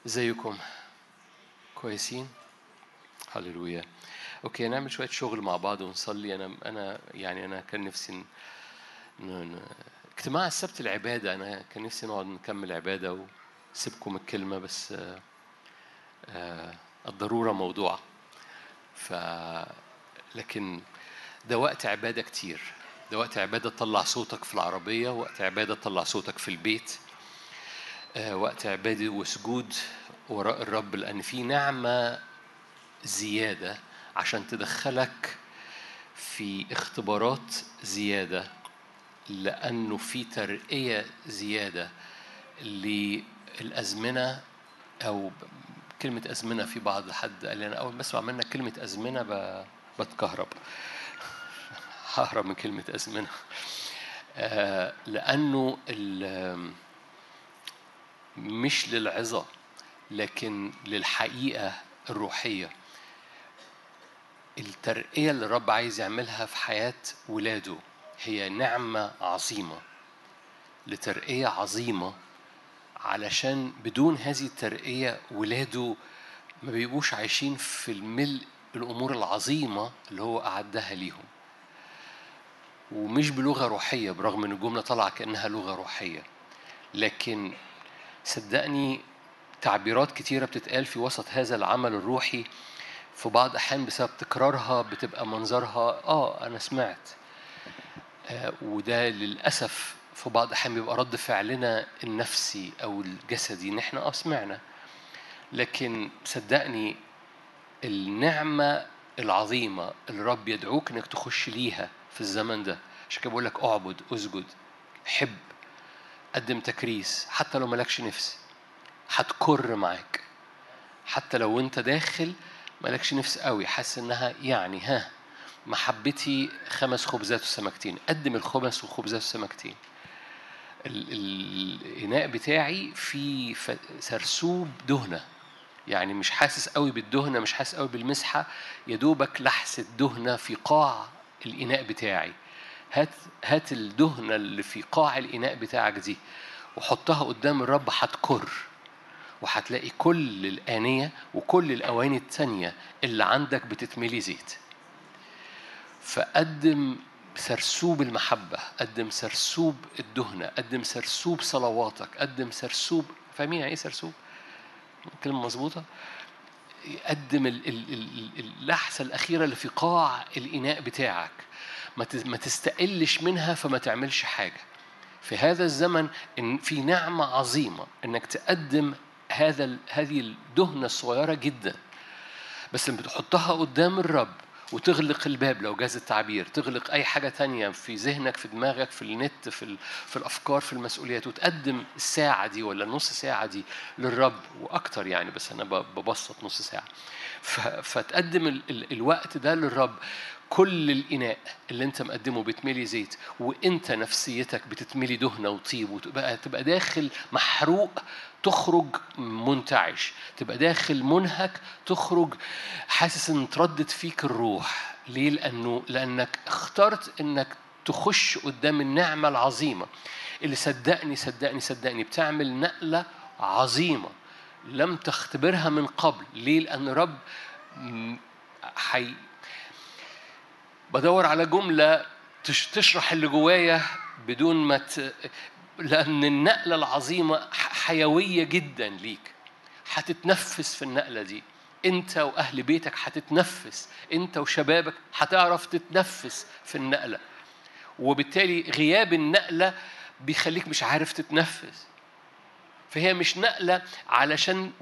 ازيكم؟ كويسين؟ هللويا. اوكي، نعمل شويه شغل مع بعض ونصلي. انا كان نفسي اجتماع السبت العباده. انا كان نفسي نقعد نكمل عباده وسيبكم الكلمه، بس الضروره موضوع. ف لكن ده وقت عباده كتير. ده وقت عباده تطلع صوتك في العربيه، وقت عباده تطلع صوتك في البيت، وقت عباده وسجود وراء الرب، لان في نعمه زيادة عشان تدخلك في اختبارات زيادة، لأنه في ترقية زيادة للأزمنة. أو كلمة أزمنة، في بعض حد قال لي أنا أول ما بسمع منك كلمة أزمنة بتكهرب. ههرب من كلمة أزمنة. لأنه مش للعظة لكن للحقيقة الروحية. الترقية اللي الرب عايز يعملها في حياة ولاده هي نعمة عظيمة لترقية عظيمة، علشان بدون هذه الترقية ولاده ما بيبقوش عايشين في الملء الأمور العظيمة اللي هو أعدها ليهم، ومش بلغة روحية، برغم أن الجملة طلع كأنها لغة روحية. لكن صدقني تعبيرات كتيرة بتتقال في وسط هذا العمل الروحي في بعض الأحيان بسبب تكرارها بتبقى منظرها أنا سمعت، وده للأسف في بعض الأحيان بيبقى رد فعلنا النفسي أو الجسدي إن إحنا سمعنا. لكن صدقني النعمة العظيمة اللي الرب يدعوك إنك تخش ليها في الزمن ده، عشان كده بقول لك اعبد، اسجد، حب، قدم تكريس. حتى لو مالكش نفس هتكر معاك، حتى لو أنت داخل مالكش نفس قوي، حاسس إنها محبتي 5 خبزات وسمكتين، قدم الخمس والخبزات والسمكتين. الإناء بتاعي فيه سرسوب دهنة، يعني مش حاسس قوي بالدهنة، مش حاسس قوي بالمسحة، يدوبك لحسة دهنة في قاع الإناء بتاعي. هات الدهنة اللي في قاع الإناء بتاعك دي وحطها قدام الرب، هتكر وهتلاقي كل الآنية وكل الأواني التانية اللي عندك بتتملي زيت. فقدم سرسوب المحبة، قدم سرسوب الدهنة، قدم سرسوب صلواتك، قدم سرسوب. فاهمين يعني ايه سرسوب؟ كلمة مظبوطة. قدم اللحسة الأخيرة اللي في قاع الإناء بتاعك، ما تستقلش منها، فما تعملش حاجة في هذا الزمن. إن في نعمة عظيمة إنك تقدم هذه الدهنة الصغيرة جدا، بس لما بتحطها قدام الرب وتغلق الباب، لو جاز التعبير، تغلق أي حاجة تانية في ذهنك، في دماغك، في النت، في الأفكار، في المسؤوليات، وتقدم الساعة دي ولا النص ساعة دي للرب وأكتر يعني، بس أنا ببسط نص ساعة. فتقدم الوقت ده للرب. كل الإناء اللي أنت مقدمه بتملي زيت، وأنت نفسيتك بتتملي دهنة وطيب، وتبقى داخل محروق تخرج منتعش، تبقى داخل منهك تخرج حاسس ان تردد فيك الروح. ليه؟ لأنك اخترت انك تخش قدام النعمة العظيمة اللي صدقني بتعمل نقلة عظيمة لم تختبرها من قبل. ليه؟ لأن رب بدور على جملة تشرح اللي جوايا بدون ما لأن النقلة العظيمة حيوية جدا ليك، هتتنفس في النقلة دي. أنت وأهل بيتك هتتنفس، أنت وشبابك هتعرف تتنفس في النقلة، وبالتالي غياب النقلة بيخليك مش عارف تتنفس. فهي مش نقلة علشان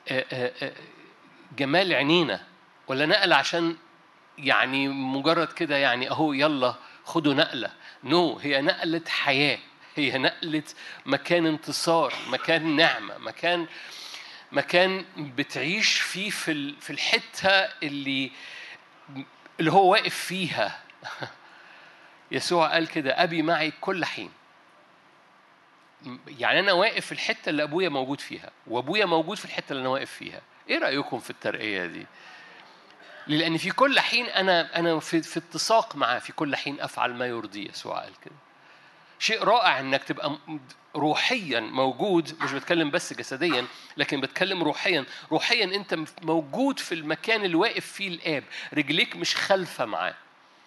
جمال عينينا، ولا نقلة عشان يعني مجرد كده يعني أهو يلا خدوا نقلة. هي نقلة حياة، هي نقلة مكان انتصار، مكان نعمة، مكان بتعيش فيه في الحتة اللي هو واقف فيها. يسوع قال كده: أبي معي كل حين. يعني أنا واقف في الحتة اللي أبويا موجود فيها، وأبويا موجود في الحتة اللي أنا واقف فيها. إيه رأيكم في الترقية دي؟ لأن في كل حين أنا في اتساق معاه، في كل حين أفعل ما يرضي. يسوع قال كده. شيء رائع انك تبقى روحيا موجود، مش بتكلم بس جسديا لكن بتكلم روحيا. روحيا انت موجود في المكان اللي واقف فيه الآب، رجليك مش خلفة معاه.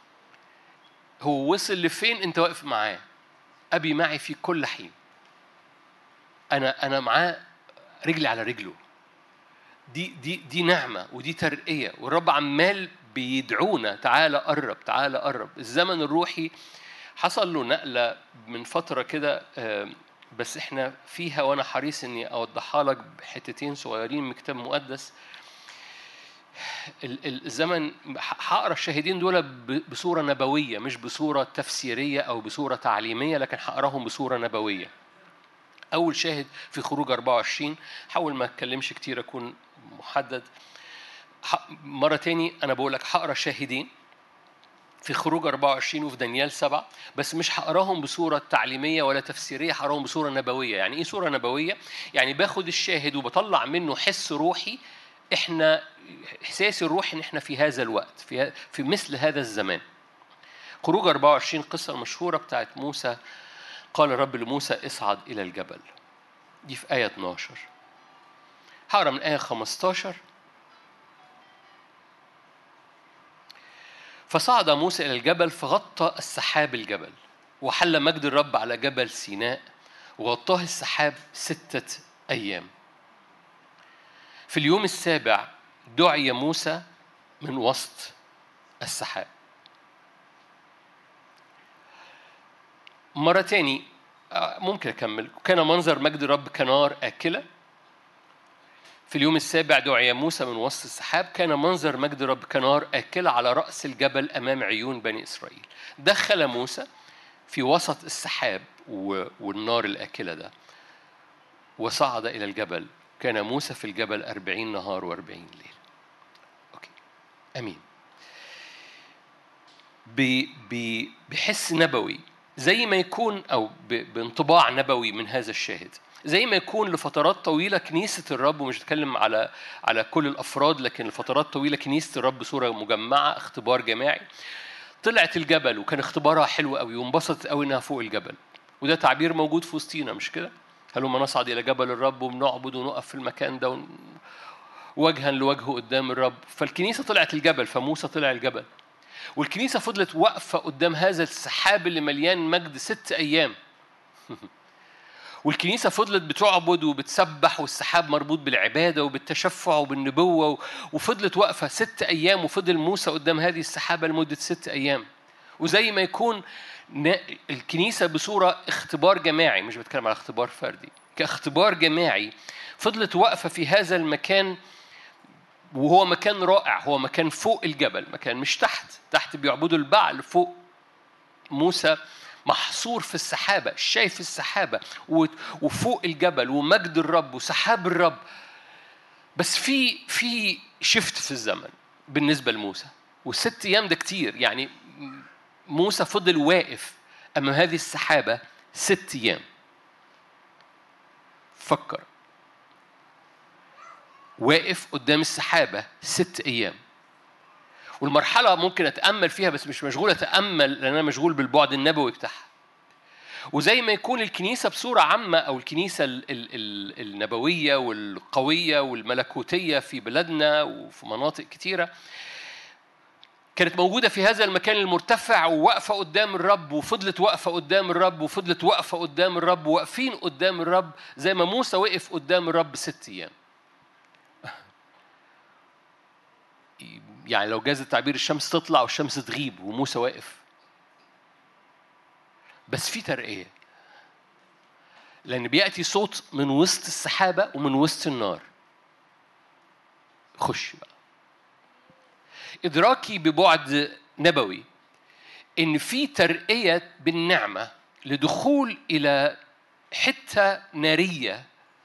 هو وصل لفين انت واقف معاه. أبي معي في كل حين، أنا معاه رجلي على رجله. دي نعمة ودي ترقية، والرب عمال بيدعونا تعالى قرب تعالى قرب. الزمن الروحي حصل له نقلة من فترة كده، بس احنا فيها، وانا حريص اني اوضحها لك بحتتين صغيرين من كتاب مقدس. الزمن هقرا الشاهدين دول بصورة نبوية، مش بصورة تفسيرية او بصورة تعليمية، لكن هقراهم بصورة نبوية. أول شاهد في خروج 24. حاول ما أتكلمش كتير، أكون محدد. مرة تاني أنا بقول لك هقرا شاهدين في خروج 24 وفي دانيال 7، بس مش هقراهم بصورة تعليمية ولا تفسيرية، هقراهم بصورة نبوية. يعني إيه صورة نبوية؟ يعني باخد الشاهد وبطلع منه حس روحي. إحنا إحساسي الروحي إن إحنا في هذا الوقت، في مثل هذا الزمان. خروج 24 قصة المشهورة بتاعت موسى. قال الرب لموسى اصعد إلى الجبل. دي في آية 12. هقرا من آية 15. فصعد موسى إلى الجبل فغطى السحاب الجبل، وحل مجد الرب على جبل سيناء، وغطاه السحاب 6 أيام. في اليوم السابع دعي موسى من وسط السحاب. مرة تاني ممكن أكمل. كان منظر مجد الرب كنار آكلة. في اليوم السابع دعي موسى من وسط السحاب. كان منظر مجد الرب كنار آكلة على رأس الجبل أمام عيون بني إسرائيل. دخل موسى في وسط السحاب والنار الآكلة ده، وصعد إلى الجبل. كان موسى في الجبل 40 نهار و40 ليل. أوكي. أمين. بحس نبوي زي ما يكون، أو بانطباع نبوي من هذا الشاهد، زي ما يكون لفترات طويلة كنيسة الرب، ومش هتكلم على كل الأفراد، لكن لفترات طويلة كنيسة الرب بصورة مجمعة، اختبار جماعي، طلعت الجبل وكان اختبارها حلو قوي وانبسطت قوي إنها فوق الجبل. وده تعبير موجود في وسطينا، مش كده؟ هلما نصعد إلى جبل الرب وبنعبد ونقف في المكان ده وجها لوجهه قدام الرب. فالكنيسة طلعت الجبل، فموسى طلع الجبل، والكنيسة فضلت واقفة قدام هذا السحاب اللي مليان مجد 6 أيام. والكنيسة فضلت بتعبد وبتسبح، والسحاب مربوط بالعبادة وبالتشفع وبالنبوة، وفضلت واقفة 6 أيام، وفضل موسى قدام هذه السحابة لمدة 6 أيام. وزي ما يكون الكنيسة بصورة اختبار جماعي، مش بتكلم على اختبار فردي، كاختبار جماعي فضلت واقفة في هذا المكان. وهو مكان رائع، هو مكان فوق الجبل، مكان مش تحت بيعبدوا البعل، فوق موسى محصور في السحابة، شايف السحابة وفوق الجبل ومجد الرب وسحاب الرب. بس في شفت في الزمن بالنسبة لموسى، و6 أيام ده كتير. يعني موسى فضل واقف أمام هذه السحابة 6 أيام. فكر، واقف قدام السحابة 6 أيام. والمرحلة ممكن أتأمل فيها، بس مش مشغول أتأمل لأن أنا مشغول بالبعد النبوي بتاعها. وزي ما يكون الكنيسة بصورة عامة، أو الكنيسة النبوية والقوية والملكوتية في بلادنا وفي مناطق كتيرة، كانت موجودة في هذا المكان المرتفع وواقفة قدام الرب، وفضلت واقفة قدام الرب، وفضلت واقفة قدام الرب، واقفين قدام الرب زي ما موسى وقف قدام الرب 6 أيام. يعني لو جاز التعبير، الشمس تطلع والشمس تغيب وموسى واقف. بس في ترقية، لأن بيأتي صوت من وسط السحابة ومن وسط النار. خش بقى. إدراكي ببعد نبوي إن في ترقية بالنعمة لدخول إلى حتة نارية.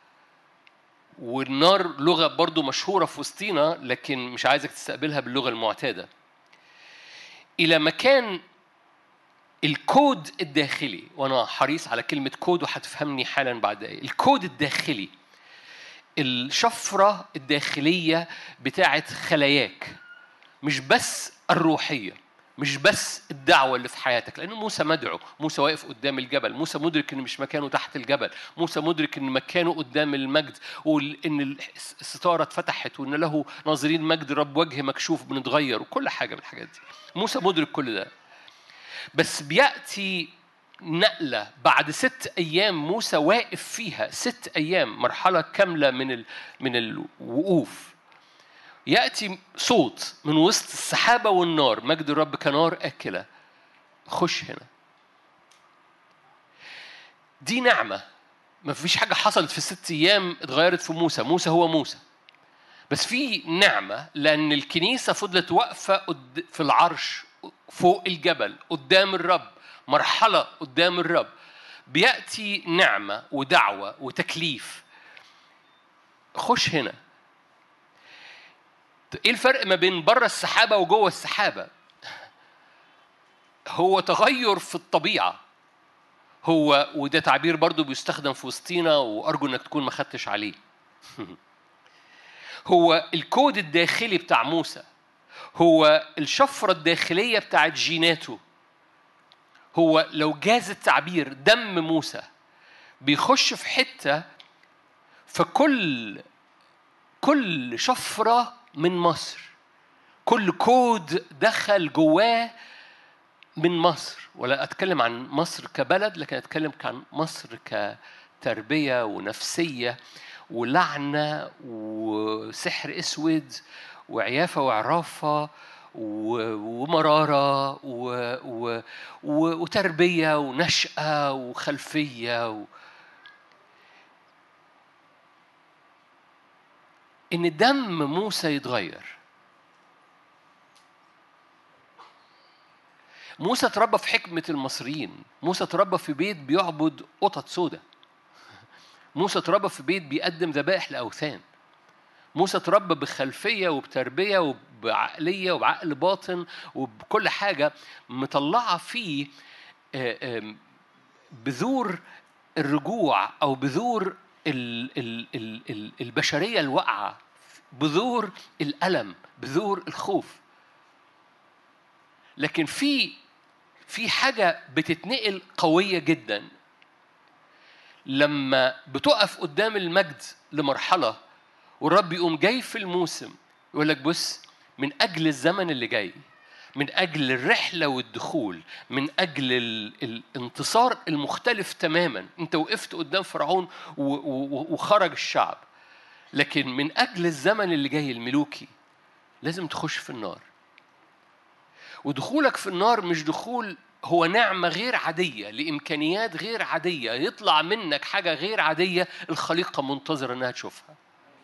والنار لغة برضو مشهورة في وسطينا، لكن مش عايزك تستقبلها باللغة المعتادة. إلى مكان الكود الداخلي، وأنا حريص على كلمة كود وهتفهمني حالا بعد دقايق. الكود الداخلي، الشفرة الداخلية بتاعت خلاياك، مش بس الروحية، مش بس الدعوة اللي في حياتك، لأنه موسى مدعو، موسى واقف قدام الجبل، موسى مدرك إن مش مكانه تحت الجبل، موسى مدرك إن مكانه قدام المجد، وإن الستارة اتفتحت، وإن له ناظرين مجد رب وجه مكشوف بنتغير، وكل حاجة من الحاجات دي. موسى مدرك كل ده. بس بيأتي نقلة بعد 6 أيام موسى واقف فيها 6 أيام، مرحلة كاملة من الوقوف. يأتي صوت من وسط السحابة والنار، مجد الرب كنار آكلة. خش هنا. دي نعمة. ما فيش حاجة حصلت في 6 أيام اتغيرت في موسى. موسى هو موسى. بس في نعمة، لأن الكنيسة فضلت واقفة في العرش فوق الجبل قدام الرب، مرحلة قدام الرب. بيأتي نعمة ودعوة وتكليف. خش هنا. ايه الفرق ما بين بره السحابة وجوه السحابة؟ هو تغير في الطبيعة. هو وده تعبير برضو بيستخدم في وسطينا، وأرجو أنك تكون ما خدتش عليه. هو الكود الداخلي بتاع موسى، هو الشفرة الداخلية بتاعت جيناته. هو لو جاز التعبير دم موسى بيخش في حتة، فكل شفرة من مصر، كل كود دخل جواه من مصر. ولا أتكلم عن مصر كبلد، لكن أتكلم عن مصر كتربية ونفسية ولعنة وسحر أسود وعيافة وعرافة ومرارة وتربية ونشأة وخلفية إن دم موسى يتغير. موسى تربى في حكمة المصريين. موسى تربى في بيت بيعبد قطط سودة. موسى تربى في بيت بيقدم ذبائح لأوثان. موسى تربى بخلفية وبتربية وبعقلية وبعقل باطن وبكل حاجة مطلعة فيه بذور الرجوع أو بذور البشرية الواقعة، بذور الألم، بذور الخوف. لكن في حاجة بتتنقل قوية جدا لما بتقف قدام المجد لمرحلة، والرب يقوم جاي في الموسم يقول لك بص، من أجل الزمن اللي جاي، من أجل الرحلة والدخول، من أجل الانتصار المختلف تماما. أنت وقفت قدام فرعون وخرج الشعب، لكن من أجل الزمن اللي جاي الملوكي لازم تخش في النار. ودخولك في النار مش دخول، هو نعمة غير عادية لإمكانيات غير عادية، يطلع منك حاجة غير عادية الخليقة منتظرة أنها تشوفها.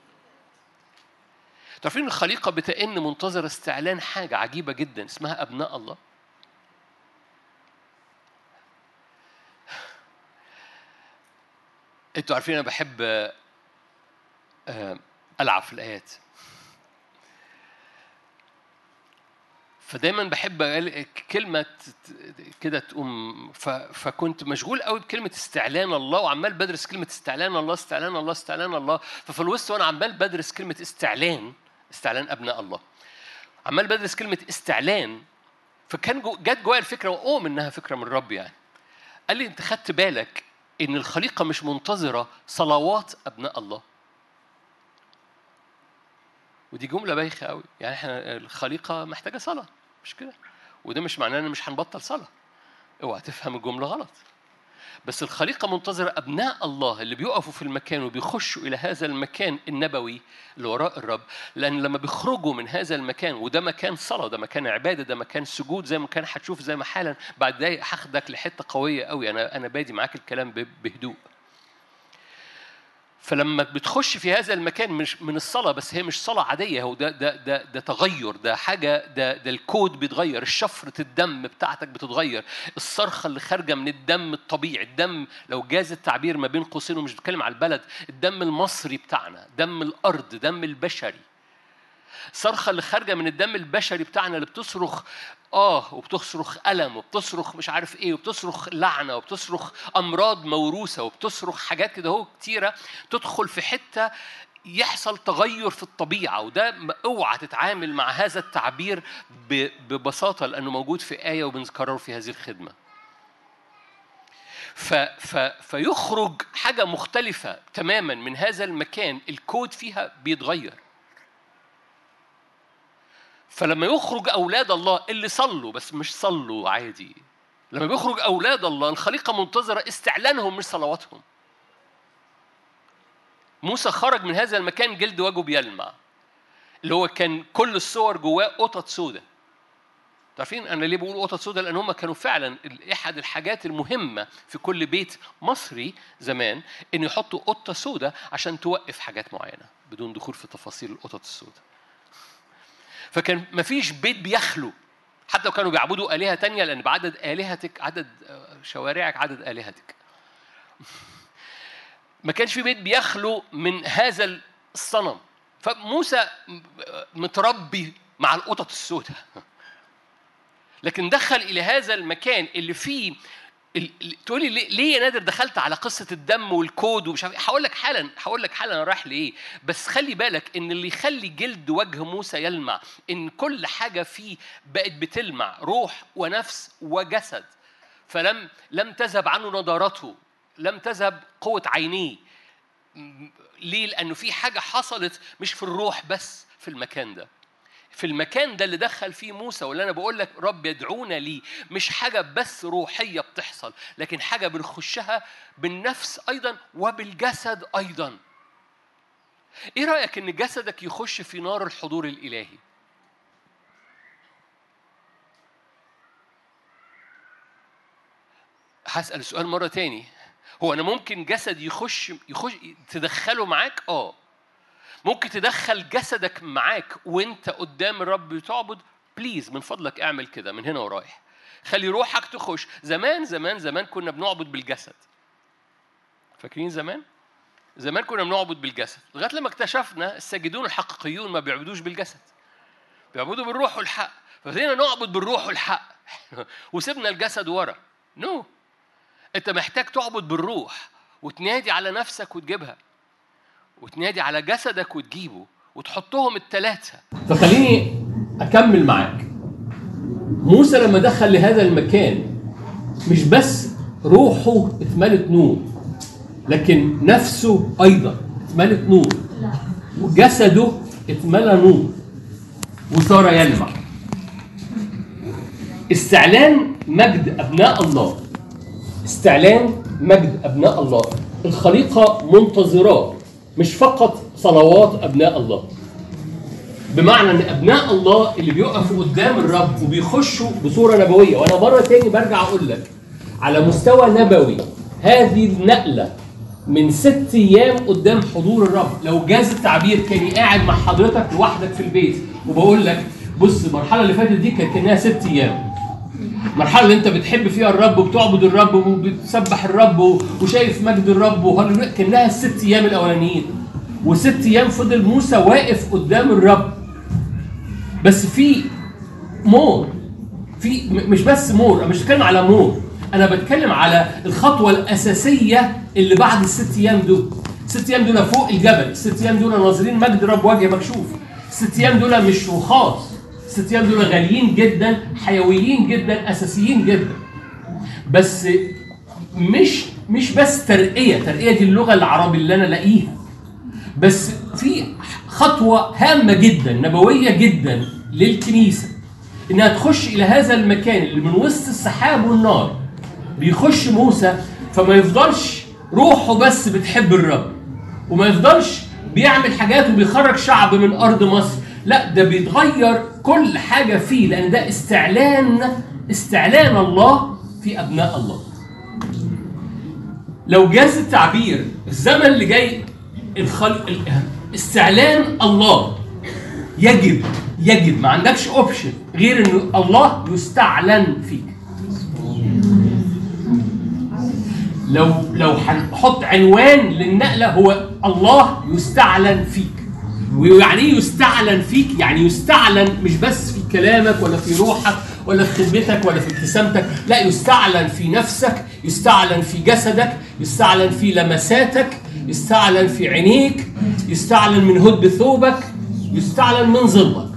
تعرفين الخليقة بتأن منتظرة استعلان حاجة عجيبة جدا اسمها أبناء الله. أنتوا عارفين أنا بحب ألعب في الآيات، فدايما بحب كلمة كده تقوم، فكنت مشغول قوي بكلمة استعلان الله، وعمال بدرس كلمة استعلان الله استعلان الله استعلان الله. ففي الوسط وأنا عمال بدرس كلمة استعلان أبناء الله، عمال بدرس كلمة استعلان، فكان جت جوايا الفكرة وأؤمن إنها فكرة من الرب. يعني قال لي أنت خدت بالك إن الخليقة مش منتظرة صلوات أبناء الله؟ ودي جملة بايخة قوي. يعني إحنا الخليقة محتاجة صلاة، مش كده؟ وده مش معناه إن مش هنبطل صلاة. اوعى تفهم الجملة غلط. بس الخليقة منتظرة أبناء الله اللي بيقفوا في المكان وبيخشوا إلى هذا المكان النبوي اللي وراء الرب. لأن لما بيخرجوا من هذا المكان، وده مكان صلاة، ده مكان عبادة، ده مكان سجود، زي ما كان هتشوف زي ما حالا بعد دقايق هاخدك لحتة قوية قوي. أنا بادي معاك الكلام بهدوء. فلما بتخش في هذا المكان مش من الصلاة بس، هي مش صلاة عادية، هو ده تغير، ده حاجة، ده الكود بيتغير، الشفرة الدم بتاعتك بتتغير، الصرخة اللي خارجة من الدم الطبيعي، الدم لو جاز التعبير ما بين قوسين ومش بتكلم على البلد، الدم المصري بتاعنا، دم الأرض، دم البشري، صرخة اللي خارجة من الدم البشري بتاعنا اللي بتصرخ وبتصرخ ألم وبتصرخ مش عارف إيه وبتصرخ لعنة وبتصرخ أمراض موروثة وبتصرخ حاجات كده هو كتيرة تدخل في حتة يحصل تغير في الطبيعة. وده اوعى تتعامل مع هذا التعبير ببساطة لأنه موجود في آية وبنكرره في هذه الخدمة. فيخرج حاجة مختلفة تماما من هذا المكان، الكود فيها بيتغير. فلما يخرج أولاد الله اللي صلوا بس مش صلوا عادي، لما بيخرج أولاد الله الخليقة منتظرة استعلانهم مش صلواتهم. موسى خرج من هذا المكان جلد وجهه بيلمع، اللي هو كان كل الصور جواه قطط سودة. تعرفين أنا ليه بقول قطط سودة؟ لأن هم كانوا فعلا أحد الحاجات المهمة في كل بيت مصري زمان إن يحطوا قطة سودة عشان توقف حاجات معينة، بدون دخول في تفاصيل القطط السودة. فكان مفيش بيت بيخلو، حتى لو كانوا بيعبدوا آلهة تانية، لأن بعدد آلهتك عدد شوارعك عدد آلهتك. ما كانش في بيت بيخلو من هذا الصنم. فموسى متربي مع القطط السوداء، لكن دخل إلى هذا المكان اللي فيه تقولي ليه يا نادر دخلت على قصة الدم والكود ومش عارف. هقول لك حالا أنا رايح لإيه. بس خلي بالك إن اللي يخلي جلد وجه موسى يلمع إن كل حاجة فيه بقت بتلمع، روح ونفس وجسد. لم تذهب عنه نضارته، لم تذهب قوة عينيه. ليه؟ لأنه في حاجة حصلت مش في الروح بس، في المكان ده. في المكان ده اللي دخل فيه موسى، واللي أنا بقول لك رب يدعونا ليه مش حاجة بس روحية بتحصل، لكن حاجة بنخشها بالنفس أيضا وبالجسد أيضا. إيه رأيك إن جسدك يخش في نار الحضور الإلهي؟ هسأل السؤال مرة تاني. هو أنا ممكن جسد يخش تدخله معاك؟ ممكن تدخل جسدك معاك وانت قدام الرب بتعبد. بليز من فضلك اعمل كده من هنا ورايح. خلي روحك تخش. زمان كنا بنعبد بالجسد. فاكرين زمان كنا بنعبد بالجسد لغاية لما اكتشفنا الساجدون الحقيقيون ما بيعبدوش بالجسد، بيعبدوا بالروح والحق. فبدينا نعبد بالروح والحق وسيبنا الجسد ورا. انت محتاج تعبد بالروح وتنادي على نفسك وتجيبها، وتنادي على جسدك وتجيبه، وتحطهم الثلاثة. فخليني أكمل معاك. موسى لما دخل لهذا المكان مش بس روحه اتملت نور، لكن نفسه أيضا اتملت نور، وجسده اتملى نور وصار يلمع. استعلان مجد أبناء الله، استعلان مجد أبناء الله. الخليقة منتظرات مش فقط صلوات أبناء الله، بمعنى أن أبناء الله اللي بيقفوا قدام الرب وبيخشوا بصورة نبوية. وأنا مرة تاني برجع أقول لك على مستوى نبوي هذه النقلة من 6 أيام قدام حضور الرب. لو جاز التعبير كاني قاعد مع حضرتك لوحدك في البيت وبقول لك بص المرحلة اللي فاتت دي كانها 6 أيام، المرحلة اللي انت بتحب فيها الرب وبتعبد الرب وبتسبح الرب وشايف مجد الرب كانها 6 أيام الأولانيين. و6 أيام فضل موسى واقف قدام الرب. بس في مور، في مش بس مور، أنا مش بتكلم على مور، أنا بتكلم على الخطوة الأساسية اللي بعد ال6 أيام دول. 6 أيام دول فوق الجبل، 6 أيام دول ناظرين مجد الرب وجه مكشوف. 6 أيام دول مش رخاص، 6 أيام دول غاليين جدا، حيويين جدا، أساسيين جدا. بس مش بس ترقية دي اللغة العربية اللي أنا لاقيها، بس في خطوة هامة جدا نبوية جدا للكنيسة إنها تخش إلى هذا المكان اللي من وسط السحاب والنار بيخش موسى. فما يفضلش روحه بس بتحب الرب، وما يفضلش بيعمل حاجات وبيخرج شعب من أرض مصر، لا ده بيتغير كل حاجة فيه، لأن ده استعلان الله في أبناء الله. لو جاز التعبير الزمن اللي جاي استعلان الله يجب ما عندكش اوبشن غير إنه الله يستعلن فيك. لو هنحط عنوان للنقلة هو الله يستعلن فيك. ويعني يستعلن فيك يعني يستعلن مش بس في كلامك ولا في روحك ولا في خدمتك ولا في ابتسامتك، لا، يستعلن في نفسك، يستعلن في جسدك، يستعلن في لمساتك، يستعلن في عينيك، يستعلن من هد ثوبك، يستعلن من ظلك.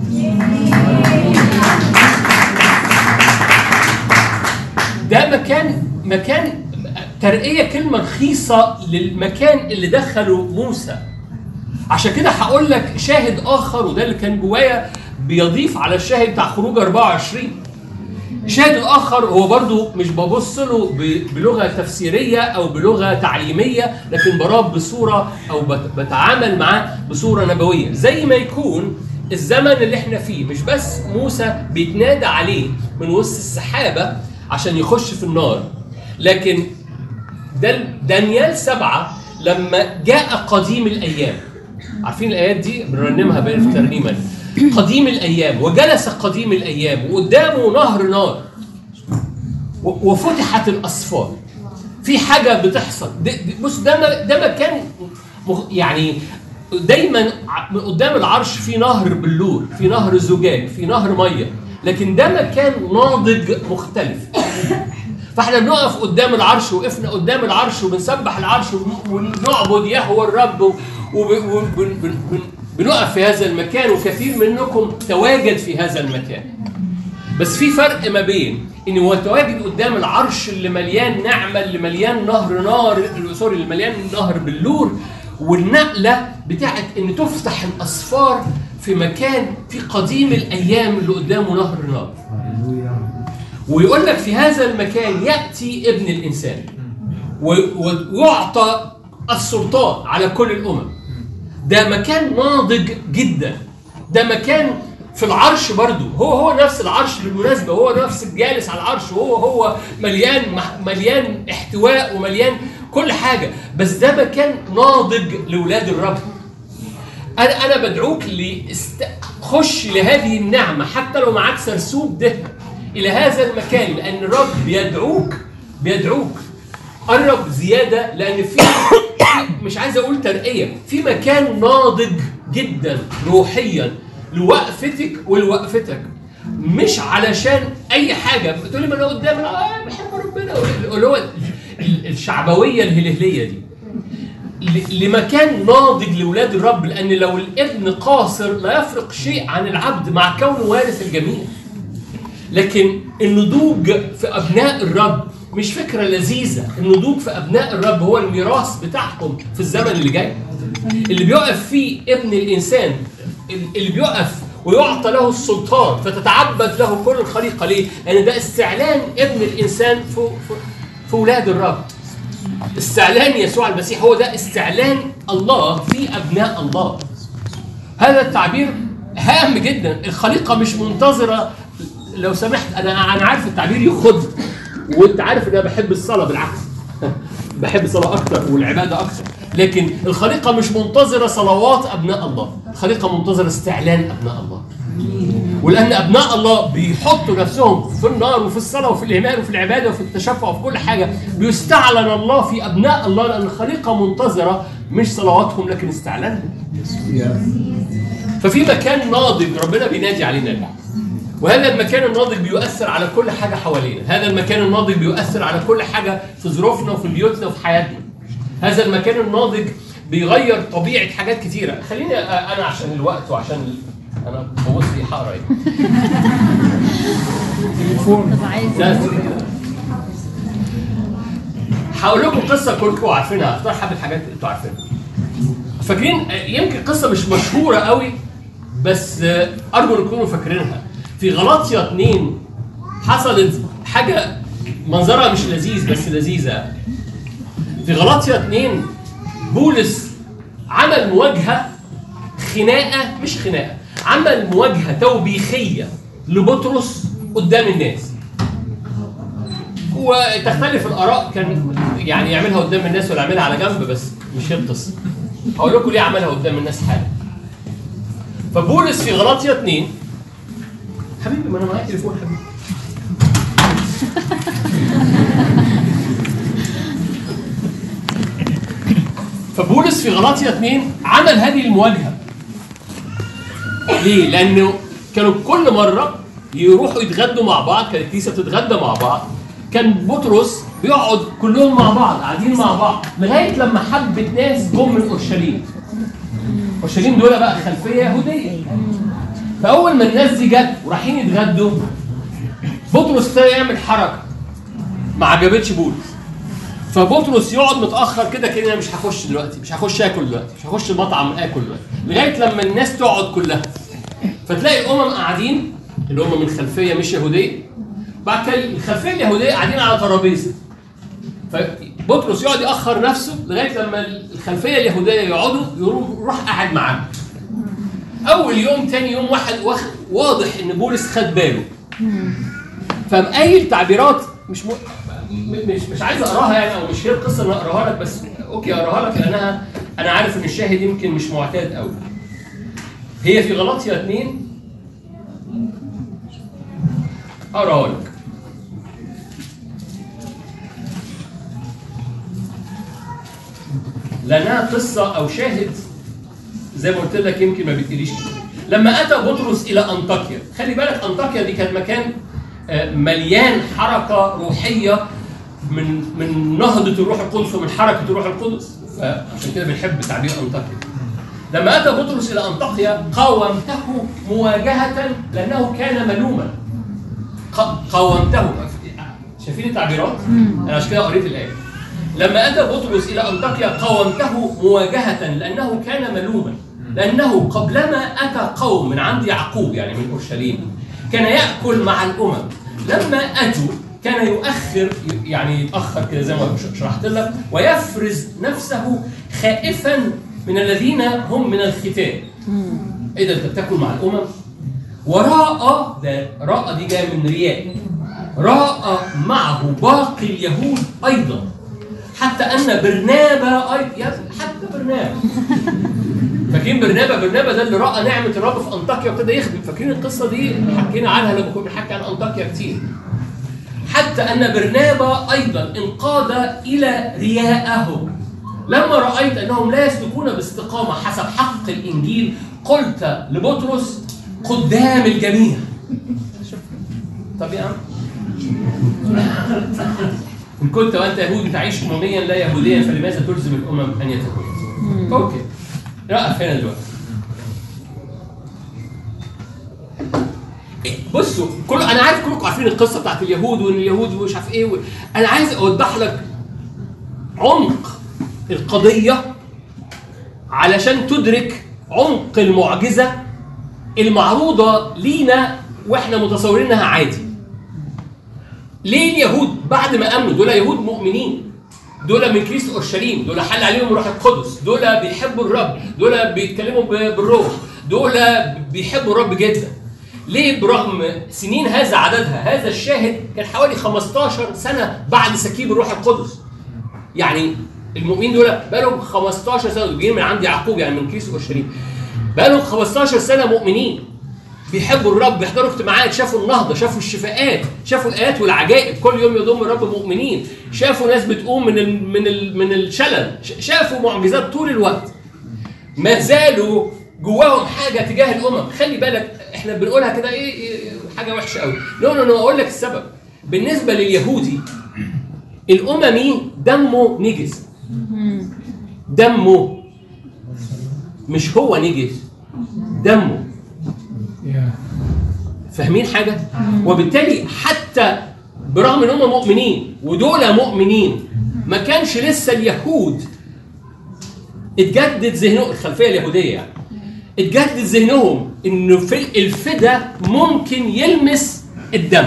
ده مكان ترقية، كلمة رخيصة للمكان اللي دخله موسى. عشان كده هقول لك شاهد آخر، وده اللي كان جوايا بيضيف على الشاهد بتاع خروج 24. الشاهد الآخر هو برضو مش ببص له بلغة تفسيرية أو بلغة تعليمية، لكن براه بصورة أو بتعامل معاه بصورة نبوية. زي ما يكون الزمن اللي احنا فيه مش بس موسى بيتنادى عليه من وسط السحابة عشان يخش في النار، لكن دانيال 7 لما جاء قديم الأيام. عارفين الآيات دي بنرنمها بقى في ترنيمة، قديم الأيام، وجلس قديم الأيام وقدامه نهر نار وفتحت الأسفار. في حاجة بتحصل. بص، ده مكان يعني دايما قدام العرش في نهر بلور، في نهر زجاج، في نهر مية، لكن ده مكان ناضج مختلف. فاحنا بنقف قدام العرش، وقفنا قدام العرش وبنسبح العرش ونعبد يهوه الرب، وبنقف في هذا المكان، وكثير منكم تواجد في هذا المكان. بس في فرق ما بين ان هو تواجد قدام العرش اللي مليان نعمه، اللي مليان نهر نار، اللي مليان نهر بلور، والنقله بتاعت ان تفتح الاسفار في مكان في قديم الايام اللي قدامه نهر نار. ويقول لك في هذا المكان يأتي ابن الإنسان ويعطى السلطان على كل الأمم. ده مكان ناضج جدا. ده مكان في العرش برضو، هو نفس العرش بالمناسبة، هو نفس الجالس على العرش، هو مليان احتواء ومليان كل حاجة. بس ده مكان ناضج لولاد الرب. أنا بدعوك خش لهذه النعمة حتى لو معاك سرسوب ده إلى هذا المكان، لأن الرب بيدعوك قرب زيادة، لأن في مش عايز أقول ترقية، في مكان ناضج جدا روحيا لوقفتك ولوقفتك، مش علشان أي حاجة. بتقولي ما أنا قدام بحب ربنا، اللي هو الشعبوية الهلهلية دي، لمكان ناضج لولاد الرب. لأن لو الابن قاصر لا يفرق شيء عن العبد مع كونه وارث الجميع. لكن النضوج في أبناء الرب مش فكرة لذيذة. النضوج في أبناء الرب هو الميراث بتاعهم في الزمن اللي جاي، اللي بيقف فيه ابن الإنسان، اللي بيقف ويعطى له السلطان فتتعبد له كل الخليقة. ليه؟ لأن ده استعلان ابن الإنسان في ولاد الرب. استعلان يسوع المسيح هو ده استعلان الله في أبناء الله. هذا التعبير هام جدا. الخليقة مش منتظرة. لو سمحت، أنا عارف التعبير يخد، وأنت عارف إن أنا بحب الصلاة، بالعكس بحب الصلاة أكتر والعبادة أكتر، لكن الخليقة مش منتظرة صلوات أبناء الله، الخليقة منتظرة استعلان أبناء الله. ولأن أبناء الله بيحطوا نفسهم في النار وفي الصلاة وفي الإيمان وفي العبادة وفي التشفع وفي كل حاجة، بيستعلن الله في أبناء الله، لأن الخليقة منتظرة مش صلواتهم لكن استعلانهم. ففي مكان ناضج ربنا بينادي علينا الآن، وهذا المكان الناضج بيؤثر على كل حاجة حوالينا. هذا المكان الناضج بيؤثر على كل حاجة في ظروفنا وفي بيوتنا وفي حياتنا. هذا المكان الناضج بيغير طبيعة حاجات كتيرة. خليني أنا عشان الوقت وعشان أنا ببص لي حقرا هقول لكم قصة كلكم عارفينها، اختار حبة حاجات انتوا عارفينها. فاكرين يمكن قصة مش مشهورة قوي، بس أرجو أن تكونوا فاكرينها. في غلاطيا 2 حصلت حاجة منظرها مش لذيذ بس لذيذة. في غلاطيا 2 بولس عمل مواجهة مش خناقة، عمل مواجهة توبيخية لبطرس قدام الناس. وتختلف الآراء، كان يعني يعملها قدام الناس ولا يعملها على جنب، بس مش هي القصة. هقول لكم ليه عملها قدام الناس حالا. فبولس في غلاطيا 2 حبيبي، ما انا معايا تليفون حبيبي. فبولس في غلاطيا 2 عمل هذه المواجهة. ليه؟ لأنه كانوا كل مرة يروحوا يتغدوا مع بعض، كانت الكنيسه بتتغدى مع بعض، كان بطرس بيقعد كلهم مع بعض قاعدين مع بعض لغايه لما حبه ناس جم من اورشليم. اورشليم دول بقى خلفيه يهوديه. فاول ما الناس دي جت ورايحين يتغدوا، بطرس ابتدى يعمل حركه ما عجبتش بولس. فبطرس يقعد متاخر كده انا مش هخش دلوقتي، مش هخش اكل دلوقتي، مش هخش المطعم اكل دلوقتي، لغايه لما الناس تقعد كلها. فتلاقي الامم قاعدين اللي هم من خلفيه مش يهوديه، بعد كده الخلفيه اليهوديه قاعدين على ترابيزه. فبطرس يقعد ياخر نفسه لغايه لما الخلفيه اليهوديه يقعدوا، يروح قاعد معاهم. اول يوم تاني يوم واحد واضح ان بولس خد باله، فمقايل تعبيرات مش عايز اقراها يعني، او مش هي القصه اللي اقراها لك، بس اوكي اقراها لك لانها انا عارف ان الشاهد يمكن مش معتاد قوي. هي في غلاطيا 2 اقراها لك. لانها قصه او شاهد زي ما قلت لك يمكن ما بتقوليش. لما اتى بطرس الى انطاكيا، خلي بالك انطاكيا دي كانت مكان مليان حركه روحيه من نهضه الروح القدس ومن حركه الروح القدس، فعشان كده بنحب تعبير انطاكيا. لما اتى بطرس الى انطاكيا قاومته مواجهه لانه كان ملوما. قاومته، شايفين التعبيرات؟ انا عشان كده قريت الايه. لما اتى بطرس الى انطاكيا قاومته مواجهه لانه كان ملوما، لانه قبلما اتى قوم من عند يعقوب يعني من اورشليم كان ياكل مع الامم، لما اتوا كان يؤخر يعني يتاخر كده زي ما شرحت لك، ويفرز نفسه خائفا من الذين هم من الختان. ايه ده انت بتاكل مع الامم؟ وراء ده راء دي جايه من رياء، راء معه باقي اليهود ايضا، حتى ان برنابا حتى برنابا فاكرين برنابا ده اللي راى نعمه الرب في انطاكيا وابتدى يخدم. فاكرين القصه دي حكينا عنها لما كنا بنحكي عن انطاكيا كتير. حتى ان برنابا ايضا انقاد الى رياءهم، لما رايت انهم لا يسلكون باستقامه حسب حق الانجيل قلت لبطرس قدام الجميع. طب يا عم إن كنت وأنت يهودي تعيش أمميا لا يهوديا فلماذا تلزم الأمم أن يتهودوا؟ أوكي. رأف هنا دلوقتي. بصوا أنا عارف كلكم عارفين القصة بتاعت اليهود وإن اليهود ومش عارف إيه أنا عايز أوضح لك عمق القضية علشان تدرك عمق المعجزة المعروضة لينا وإحنا متصورين إنها عادي. ليه اليهود بعد ما امنوا دول يهود مؤمنين، دول من كنيسه اورشليم، دول حل عليهم الروح القدس، دول بيحبوا الرب، دول بيتكلموا بالروح، دول بيحبوا الرب جدا. ليه برغم سنين هذا عددها، هذا الشاهد كان حوالي 15 سنه بعد سكيب الروح القدس. يعني المؤمنين دول بقالهم 15 سنه جايين من عند يعقوب يعني من كنيسه اورشليم، بقالهم 15 سنه مؤمنين بيحبوا الرب، بيحضروا اجتماعات، شافوا النهضه، شافوا الشفاءات، شافوا الايات والعجائب، كل يوم يضم الرب مؤمنين، شافوا ناس بتقوم من الشلل، شافوا معجزات طول الوقت. ما زالوا جواهم حاجه تجاه الامم. خلي بالك احنا بنقولها كده ايه حاجه وحشه قوي. نو اقول لك السبب. بالنسبه لليهودي الاممي دمه نجس، دمه مش هو نجس، دمه. فاهمين حاجة؟ وبالتالي حتى برغم ان هم مؤمنين ودول مؤمنين ما كانش لسه اليهود اتجدد ذهنهم، الخلفية اليهودية يعني اتجدد ذهنهم انه في الفدا ممكن يلمس الدم.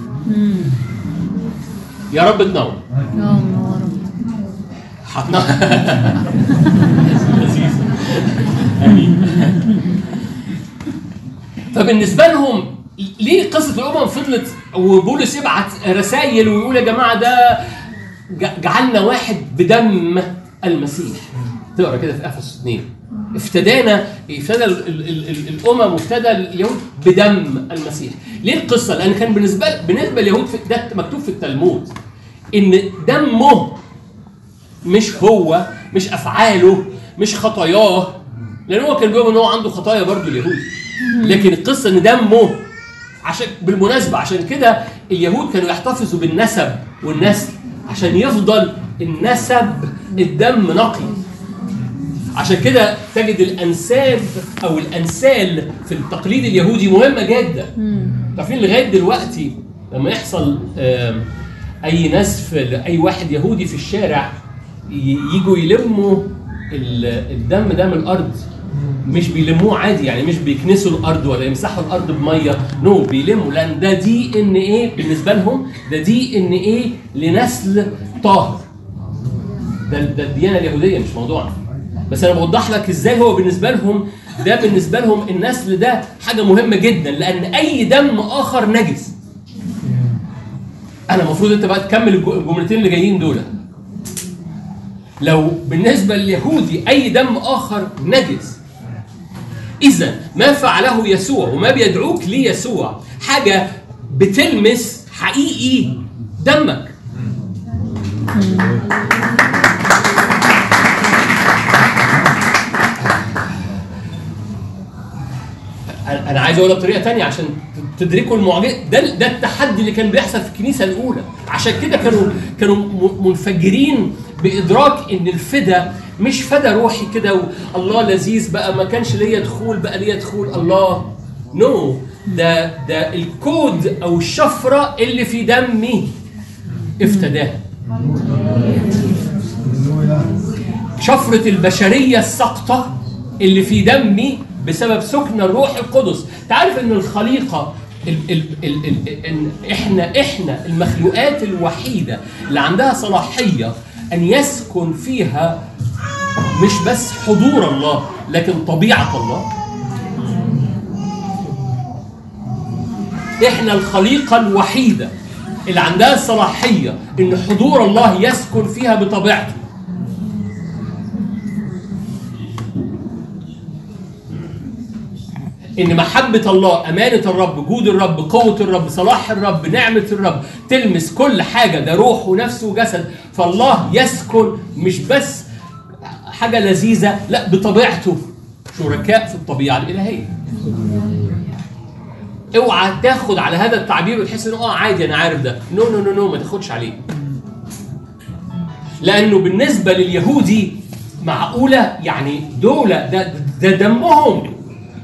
يا رب تنور. فبالنسبه لهم ليه قصه الامم فضلت وبولس يبعت رسائل ويقول يا جماعه ده جعلنا واحد بدم المسيح. تقرا كده في افسس 2 ابتدى الامم وابتدى اليهود بدم المسيح. ليه القصه؟ لان كان بالنسبه لليهود ده مكتوب في التلمود ان دمه مش هو، مش افعاله، مش خطاياه، لان هو كان بيقول ان هو عنده خطايا برضه اليهود، لكن القصه ان دمه عشان بالمناسبة عشان كده اليهود كانوا يحتفظوا بالنسب والنسل عشان يفضل النسب الدم نقي. عشان كده تجد الأنساب أو الأنسال في التقليد اليهودي مهمة جدا. تعرفين لغاية دلوقتي لما يحصل أي نسف لأي واحد يهودي في الشارع يجوا يلموا الدم ده من الأرض. مش بيلموه عادي، يعني مش بيكنسوا الأرض ولا يمسحوا الأرض بمية، نو بيلموا، لأن ده DNA بالنسبة لهم، ده DNA لنسل طاهر. ده الديانة اليهودية مش موضوعنا، بس أنا بوضح لك إزاي هو بالنسبة لهم، ده بالنسبة لهم النسل ده حاجة مهمة جدا، لأن أي دم آخر نجس. أنا المفروض أنت بقى تكمل الجملتين اللي جايين دول. لو بالنسبة لليهودي أي دم آخر نجس، إذا ما فعله يسوع وما بيدعوك ليسوع حاجة بتلمس حقيقي دمك. أنا عايز أقولها بطريقة تانية عشان تدركوا المعجزة. ده التحدي اللي كان بيحصل في الكنيسة الأولى. عشان كده كانوا منفجرين بإدراك إن الفدا مش فدا روحي كده والله لذيذ بقى ما كانش ليا دخول بقى ليا دخول الله. نو ده الكود أو الشفرة اللي في دمي افتداها. شفرة البشرية السقطة اللي في دمي بسبب سكن الروح القدس. تعرف ان الخليقة احنا المخلوقات الوحيدة اللي عندها صلاحية ان يسكن فيها مش بس حضور الله لكن طبيعة الله. احنا الخليقة الوحيدة اللي عندها الصلاحية ان حضور الله يسكن فيها بطبيعته. إن محبة الله، أمانة الرب، جود الرب، قوة الرب، صلاح الرب، نعمة الرب تلمس كل حاجة، ده روح ونفس وجسد. فالله يسكن مش بس حاجة لذيذة، لا بطبيعته، شركاء في الطبيعة الإلهية. اوعى تاخد على هذا التعبير وتحس انه عادي انا عارف ده. نو نو نو نو ما تاخدش عليه. لأنه بالنسبة لليهودي معقولة يعني ده دمهم.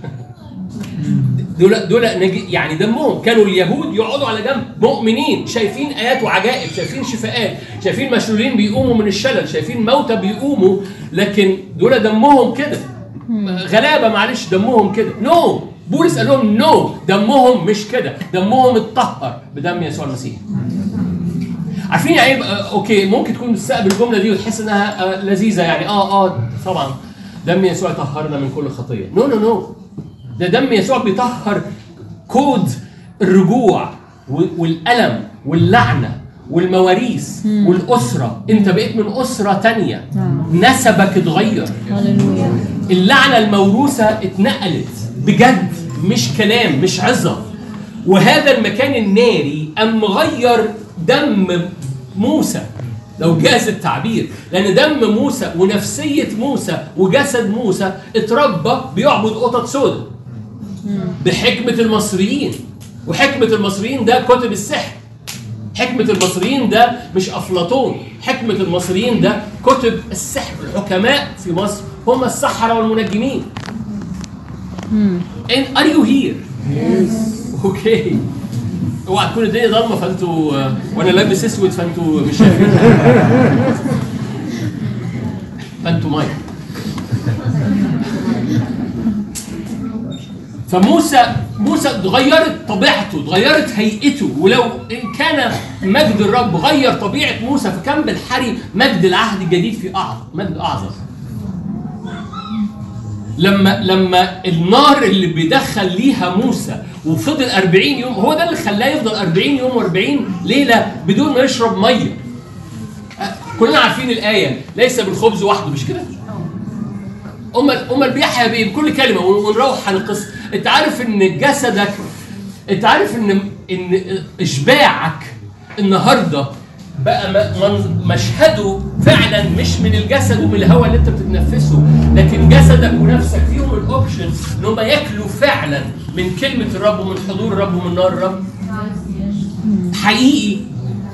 دول يعني دمهم. كانوا اليهود يقعدوا على جنب مؤمنين شايفين آيات وعجائب، شايفين شفاءات، شايفين مشلولين بيقوموا من الشلل، شايفين موتى بيقوموا، لكن دول دمهم كده غلابة معلش دمهم كده. نو بولس قال لهم نو دمهم مش كده، دمهم اتطهر بدم يسوع المسيح. عارفين يعني اوكي ممكن تكون تستقبل الجملة دي وتحس انها لذيذة يعني طبعا دم يسوع طهرنا من كل خطية. نو نو نو ده دم يسوع بيطهر كود الرجوع والألم واللعنة والمواريث والأسرة. انت بقيت من أسرة تانية، نسبك اتغير، اللعنة الموروثة اتنقلت بجد، مش كلام مش عظة. وهذا المكان الناري مغير دم موسى لو جاز التعبير، لأن دم موسى ونفسية موسى وجسد موسى اتربى بيعبد قطط سوداء بحكمة المصريين. وحكمة المصريين ده كتب السحر. حكمة المصريين ده مش أفلاطون. حكمة المصريين ده كتب السحر. الحكماء في مصر هم السحرة والمنجمين. And are you here? Yes. Okay. اوعى تكون الدنيا ضلمه فانتوا وانا لابس اسود فانتوا مش شايفين فانتوا ماي. فموسى اتغيرت طبيعته، اتغيرت هيئته. ولو ان كان مجد الرب غير طبيعه موسى فكان بالحري مجد العهد الجديد في مجد اعظم. لما النار اللي بيدخل ليها موسى وفضل 40 يوم، هو ده اللي خلاه يفضل 40 يوم و40 ليله بدون ما يشرب ميه. كلنا عارفين الايه ليس بالخبز وحده، مش كده؟ امال بيحيى بايه؟ بكل كلمه. ونروح عن القصه. انت عارف ان جسدك، انت عارف ان اشباعك النهارده بقى مشهده فعلا مش من الجسد ومن الهواء اللي انت بتتنفسه، لكن جسدك ونفسك فيهم الاوبشن ان هم ياكلوا فعلا من كلمه الرب ومن حضور الرب ومن نار الرب حقيقي.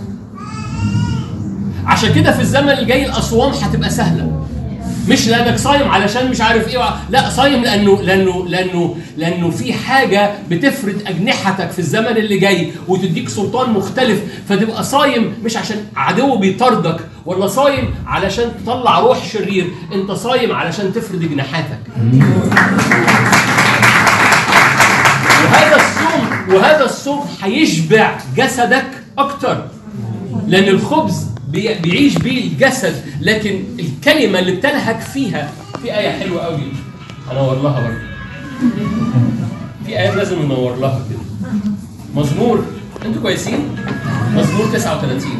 عشان كده في الزمن الجاي الاصوام هتبقى سهله، مش لانك صايم علشان مش عارف ايه، لا صايم لانه في حاجه بتفرد اجنحتك في الزمن اللي جاي وتديك سلطان مختلف، فتبقى صايم مش عشان عدو بيطاردك ولا صايم علشان تطلع روح شرير، انت صايم علشان تفرد جناحاتك. وهذا الصوم هيشبع جسدك اكتر، لان الخبز بيعيش بيه الجسد، لكن الكلمة اللي بتلهج فيها. في آية حلوة قوي هنور لها برضه، في آية لازم ننور لها كده. مزمور، انتوا كويسين؟ مزمور 39.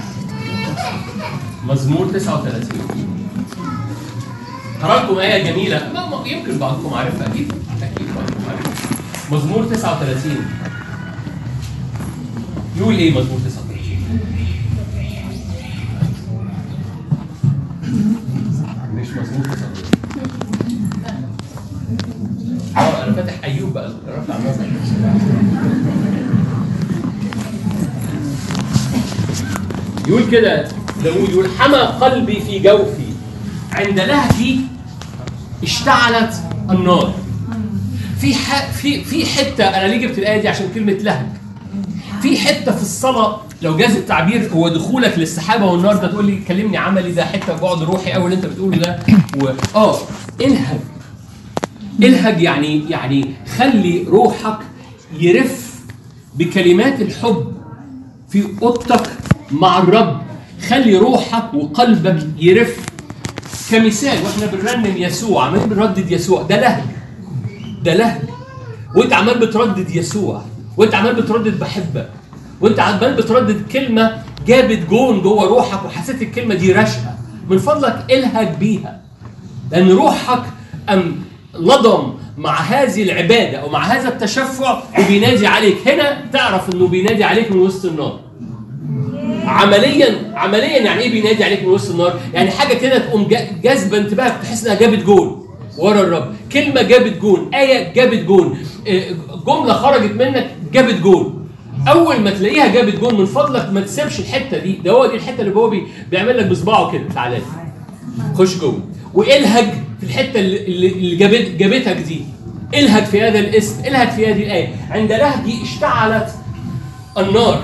مزمور 39 هقرأ آية جميلة يمكن بعضكم عارفها، أكيد بعضكم عارفها. مزمور 39 يقول إيه مزمور 39؟ مش مزمور 39. أنا فاتح أيوب بقى، رفع النظر. يقول كده داوود، يقول حمى قلبي في جوفي، عند لهجي اشتعلت النار. في حته، انا ليه جبت الايه دي؟ عشان كلمه لهج. في حته في الصلاه لو جاز التعبير هو دخولك للسحابه والنار ده، تقول لي كلمني عملي، ده حته بعد روحي قوي اللي انت بتقوله ده. الهج يعني خلي روحك يرف بكلمات الحب في اوضتك مع الرب. خلي روحك وقلبك يرف. كمثال واحنا بنرنم يسوع، عمال بنردد يسوع، ده لهج. وانت عمال بتردد يسوع، وانت عمال بتردد بحبك، وانت عمال بتردد كلمه جابت جون جوه روحك وحسيت الكلمه دي رشقه، من فضلك الهج بيها، لان روحك لضم مع هذه العباده او مع هذا التشفع وبينادي عليك. هنا تعرف انه بينادي عليك من وسط النار. عمليا يعني ايه بينادي عليك من وسط النار؟ يعني حاجه كده تقوم جاذبه انتباهك، تحس انها جابت جون ورا الرب، كلمه جابت جون، ايه جابت جون، جمله خرجت منك جابت جون. اول ما تلاقيها جابت جون، من فضلك ما تسيبش الحته دي، ده هو دي الحته اللي هو بيعمل لك بصباعه كده، تعالى خش جوه والهج في الحته اللي جابتك دي. الهج في هذا الاسم، الهج في هذه الايه، عند لهجي اشتعلت النار.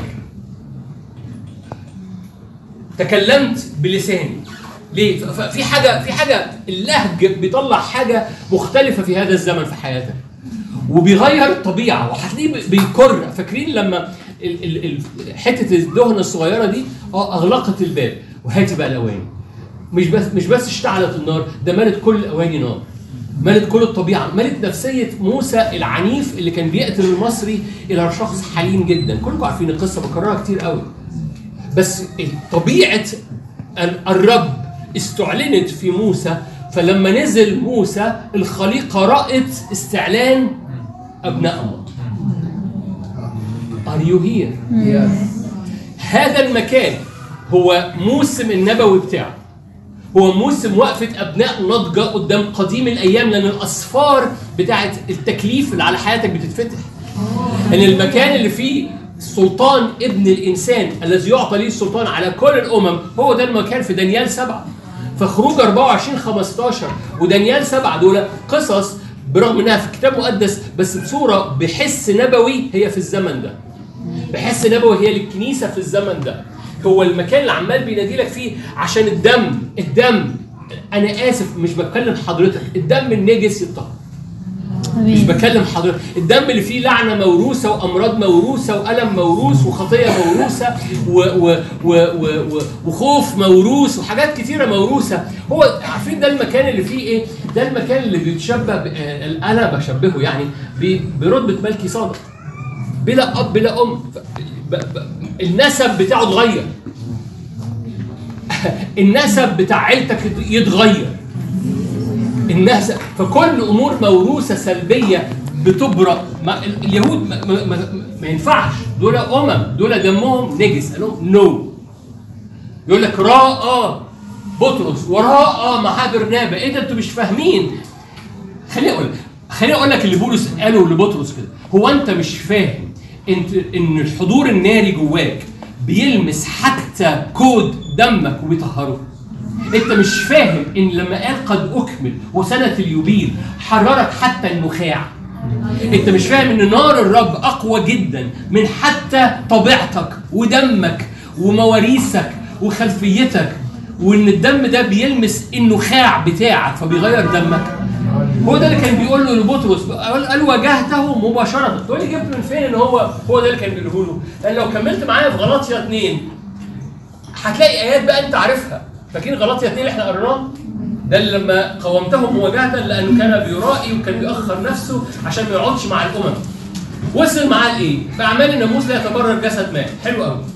تكلمت بلساني. ليه؟ في حاجه اللهج بيطلع حاجه مختلفه في هذا الزمن في حياتك، وبيغير الطبيعه، وهتلاقيه بيكر. فاكرين لما حته الدهنه الصغيره دي اغلقت الباب، وهاتي بقى الاواني. مش بس اشتعلت النار، ده مالت كل الاواني نار، مالت كل الطبيعه، مالت نفسيه موسى العنيف اللي كان بيقتل المصري الى شخص حليم جدا. كلكم عارفين القصه، بكررها كتير قوي، بس طبيعه الرب استعلنت في موسى. فلما نزل موسى الخليقه رأت استعلان ابناء الله. Are you here? Yes. هذا المكان هو موسم النبوي بتاعه، هو موسم وقفة أبناء نضجة قدام قديم الأيام، لأن الأسفار بتاعت التكليف اللي على حياتك بتتفتح. لأن المكان اللي فيه سلطان ابن الإنسان الذي يعطى ليه السلطان على كل الأمم، هو ده المكان في دانيال 7. فخروج 24:15 ودانيال 7 دول قصص برغم انها في كتاب مقدس، بس بصورة بحس نبوي هي في الزمن ده. بحس نبوي هي للكنيسة في الزمن ده. هو المكان اللي عمال بينادي لك فيه، عشان الدم انا اسف مش بتكلم حضرتك، الدم النجس يطهر. مش بكلم حضرتك، الدم اللي فيه لعنه موروثه وامراض موروثه والم موروث وخطيه موروثه وخوف موروث وحاجات كتيره موروثه. هو عارفين ده المكان اللي فيه ايه؟ ده المكان اللي بيتشبه انا بشبهه يعني برتبه ملكي صادق، بلا اب بلا ام. النسب بتاعه اتغير، النسب بتاع عيلتك يتغير، النسب. فكل امور موروثه سلبيه بتبرأ. اليهود ما ينفعش، دول دول دمهم نجس. قال لهم نو، يقول لك راى بطرس وراى مع برنابا. ايه ده انتوا مش فاهمين؟ خليني اقول لك اللي بولس قاله لبطرس كده. هو انت مش فاهم ان الحضور الناري جواك بيلمس حتى كود دمك وبيطهره؟ انت مش فاهم ان لما قال قد اكمل وسنه اليوبيل حررك حتى النخاع؟ انت مش فاهم ان نار الرب اقوى جدا من حتى طبيعتك ودمك ومواريثك وخلفيتك، وان الدم ده بيلمس النخاع بتاعك فبيغير دمك؟ هو ده اللي كان بيقول له لبطرس. قال واجهته مباشره. تقول لي جبت من فين ان هو ده اللي كان بيقوله له؟ لان لو كملت معايا في غلاطيا 2 هتلاقي ايات بقى انت عارفها. فاكرين غلاطيا 2 اللي احنا قريناه؟ ده اللي لما قومتهم مواجهه لانه كان بيرائي وكان بيأخر نفسه عشان ما يقعدش مع الامم. وصل معاه لايه؟ باعمال الناموس لا يتبرر جسد مات. حلو قوي.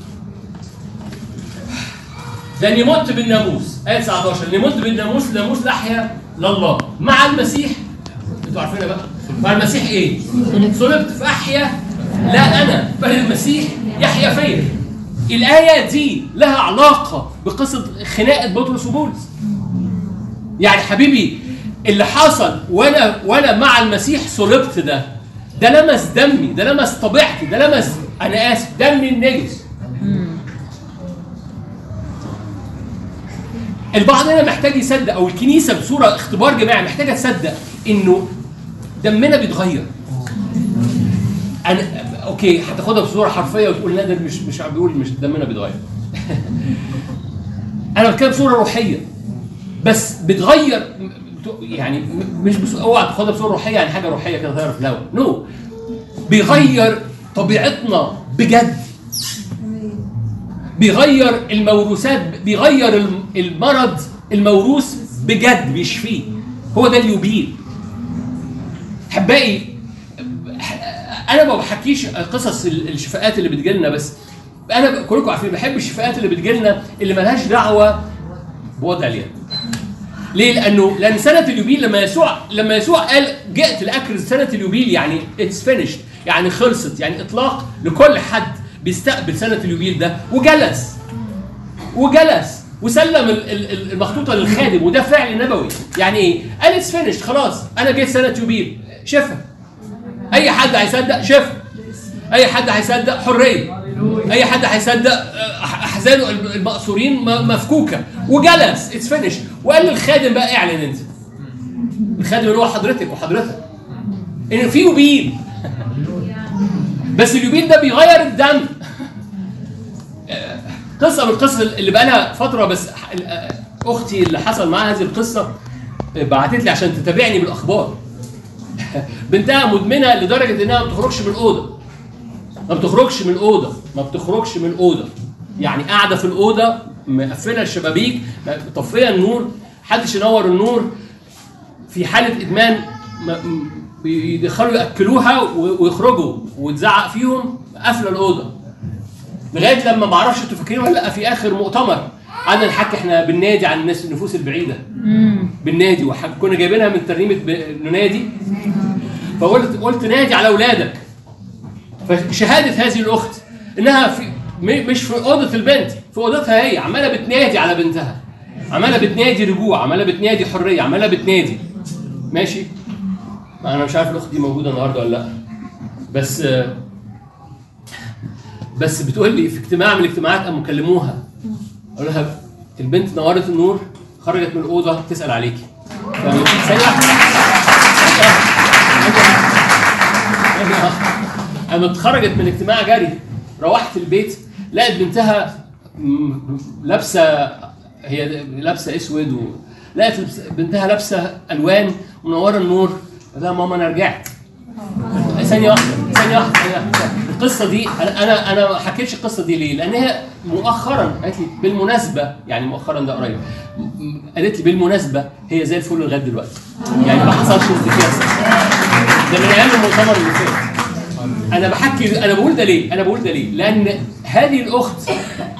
لأن يمت بالناموس، آية 19، لأن يمت بالناموس الناموس لحيا لله. مع المسيح انتوا عارفينها بقى. مع المسيح ايه؟ صلبت فأحيا لا أنا بل المسيح يحيا فيا. الآية دي لها علاقة بقصة خناقة بطرس وبولس. يعني حبيبي اللي حصل وأنا مع المسيح صلبت ده لمس دمي، ده لمس طبيعتي، ده لمس أنا آسف دمي النجس. البعض هنا محتاج يصدق، او الكنيسه بصوره اختبار جماعي محتاجه تصدق انه دمنا بيتغير. انا اوكي هتاخدها بصوره حرفيه وتقول لا ده مش بيقول مش دمنا بيتغير. انا بتكلم بصوره روحيه بس بتغير. يعني مش اوعى تاخدها بصوره روحيه يعني حاجه روحيه كده طايره في الهواء. نو بيغير طبيعتنا بجد. بيغير الموروثات، بيغير المرض الموروث بجد بيشفيه. هو ده اليوبيل. احبائي انا ما بحكيش قصص الشفاءات اللي بتجيلنا، بس انا كلكم عارفين بحب الشفاءات اللي بتجيلنا اللي مالهاش دعوه بوضع اليد. ليه؟ لان سنه اليوبيل لما يسوع قال جئت لاكرز سنه اليوبيل يعني اتس فينيشد، يعني خلصت، يعني اطلاق لكل حد بيستقبل سنة اليوبيل ده. وجلس وسلم المخطوطة للخادم، وده فعل نبوي. يعني ايه؟ قال اتس فينيشد خلاص انا جيت سنة يوبيل. شفا. اي حد هيصدق شفا. اي حد هيصدق حرية. اي حد هيصدق احزانه المقصورين مفكوكة. وجلس اتس فينيشد وقال للخادم بقى اعلن انت. الخادم اللي هو حضرتك وحضرتك ان في يوبيل. بس اليوبيل ده بيغير الدم. قصة من القصة اللي بقى لها فترة، بس أختي اللي حصل معاها هذه القصة بعتت لي عشان تتابعني بالأخبار. بنتها مدمنة لدرجة إنها ما بتخرجش من الأوضة. ما بتخرجش من الأوضة. يعني قاعدة في الأوضة مقفلة الشبابيك، مطفية النور، محدش ينور النور. في حالة إدمان بيدخلوا ياكلوها ويخرجوا وتزعق فيهم، قافله الاوضه لغايه لما ما اعرفش انتوا فاكرين ولا لا. في اخر مؤتمر قعدنا نحكي احنا بالنادي عن النفوس البعيده. بالنادي كنا جايبينها من ترنيمه ننادي. فقلت نادي على اولادك. فشهاده هذه الاخت انها مش في اوضه البنت، في اوضتها هي عماله بتنادي على بنتها، عماله بتنادي رجوع، عماله بتنادي حريه، عماله بتنادي. ماشي. انا مش عارف الاخت دي موجوده النهارده ولا لا، بس بتقول لي في اجتماع من الاجتماعات قاموا كلموها قالوا لها البنت نورت النور خرجت من الاوضه تسال عليكي. قامت خرجت من الاجتماع جري، روحت البيت لقت بنتها لابسه، هي لابسه اسود، لقت بنتها لابسه الوان ومنوره النور. لا ماما انا رجعت. ثانيه واحده. القصه دي انا ما حكيتش القصه دي ليه؟ لانها مؤخرا قالت لي بالمناسبه، يعني مؤخرا ده قريب، قالت لي بالمناسبه هي زي الفل لغايه دلوقتي. يعني ما حصلش انتكاسه. ده من ايام المؤتمر اللي فات. انا بقول ده ليه؟ لان هذه الاخت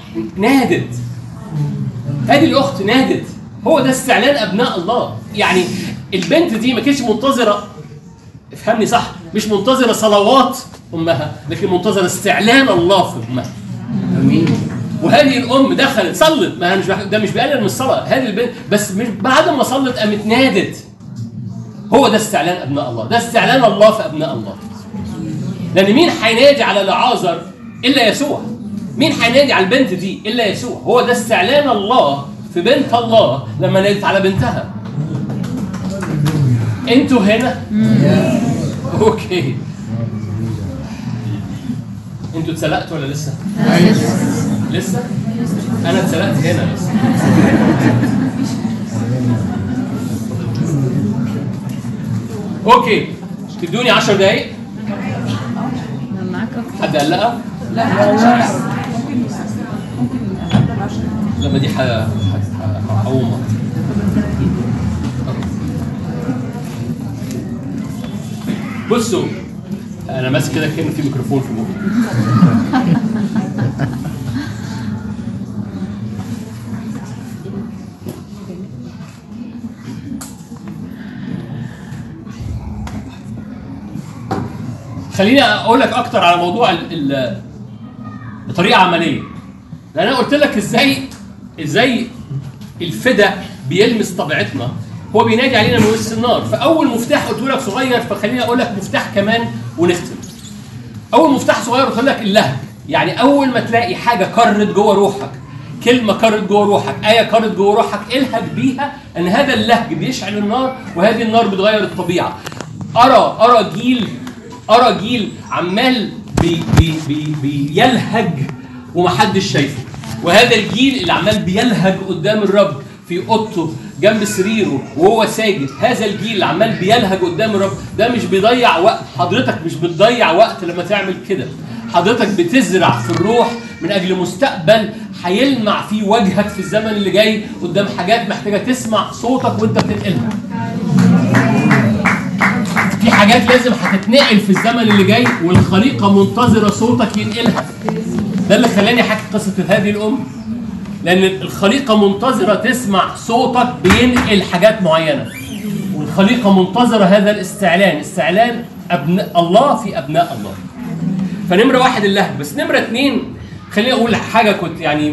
نادت. هو ده استعلان ابناء الله. يعني البنت دي ما كانتش منتظره، افهمني صح، مش منتظره صلوات امها، لكن منتظره استعلان الله في امها. امين. وهذه الام دخلت صلت، ما ده مش بيقلل من الصلاه، هذه البنت بس مش بعد ما صلت قامت نادت. هو ده استعلان ابناء الله، ده استعلان الله في ابناء الله. لان مين هينادي على لعازر الا يسوع؟ مين هينادي على البنت دي الا يسوع؟ هو ده استعلان الله في بنت الله لما نادت على بنتها. انتوا هنا؟ اوكي. انتوا اتسلقتوا ولا لسه؟ لسه؟ انا اتسلقت هنا لسه. اوكي، تدوني 10 دقايق؟ حد قلقها؟ لا ممكن لما دي هقومها. بصوا انا ماسك كده كأن في ميكروفون في بوقي. خليني اقول لك اكتر على موضوع بطريقه عمليه. لان انا قلت لك ازاي الفدا بيلمس طبيعتنا. هو بينادي علينا من وسط النار. فاول مفتاح قلت لك صغير، فخليني اقول لك مفتاح كمان ونختم. اول مفتاح صغير قلت لك اللهج. يعني اول ما تلاقي حاجه كرت جوه روحك، كلمه كرت جوه روحك، ايه كرت جوه روحك، الهج بيها ان هذا اللهج بيشعل النار، وهذه النار بتغير الطبيعه. ارى جيل عمال بيلهج ومحدش شايفه. وهذا الجيل اللي عمال بيلهج قدام الرب في اوضته جنب سريره وهو ساجد، هذا الجيل اللي عمال بيلهج قدام الرب ده مش بيضيع وقت. حضرتك مش بتضيع وقت لما تعمل كده. حضرتك بتزرع في الروح من اجل مستقبل هيلمع فيه وجهك في الزمن اللي جاي قدام حاجات محتاجه تسمع صوتك وانت بتنقلها. في حاجات لازم هتتنقل في الزمن اللي جاي والخليقه منتظره صوتك ينقلها. ده اللي خلاني احكي قصه هذه الام. لان الخليقه منتظره تسمع صوتك بينقل حاجات معينه. والخليقه منتظره هذا استعلان ابناء الله في ابناء الله. فنمره 1 اللهج. بس نمره 2 خليني اقول حاجه كنت يعني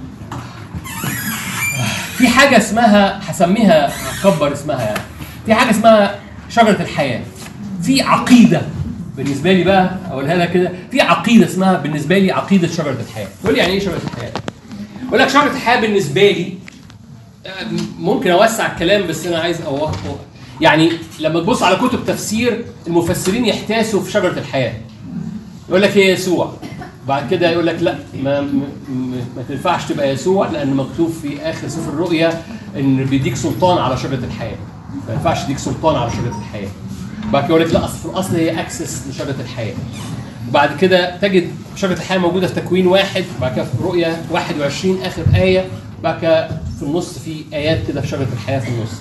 في حاجه اسمها هسميها اكبر اسمها يعني في حاجه اسمها شجره الحياه. في عقيده بالنسبه لي بقى اقولها لك كده، في عقيده اسمها بالنسبه لي عقيده شجره الحياه. تقول لي يعني ايه شجره الحياه؟ اقول لك شجره الحياه بالنسبه لي ممكن اوسع الكلام بس انا عايز يعني لما تبص على كتب تفسير المفسرين يحتاسوا في شجره الحياه. يقول لك هي يسوع، بعد كده يقول لك لا ما تنفعش تبقى يسوع لان مكتوب في اخر سفر الرؤيا ان بيديك سلطان على شجره الحياه. ما ينفعش يديك سلطان على شجره الحياه. بعد كده يقول لك لا، اصل في الاصل هي اكسس لشجره الحياه. وبعد كده تجد شجره الحياه موجوده في تكوين 1، بعد كده في رؤيا 21 اخر ايه، بعد كده في النص في ايات كده في شجره الحياه في النص.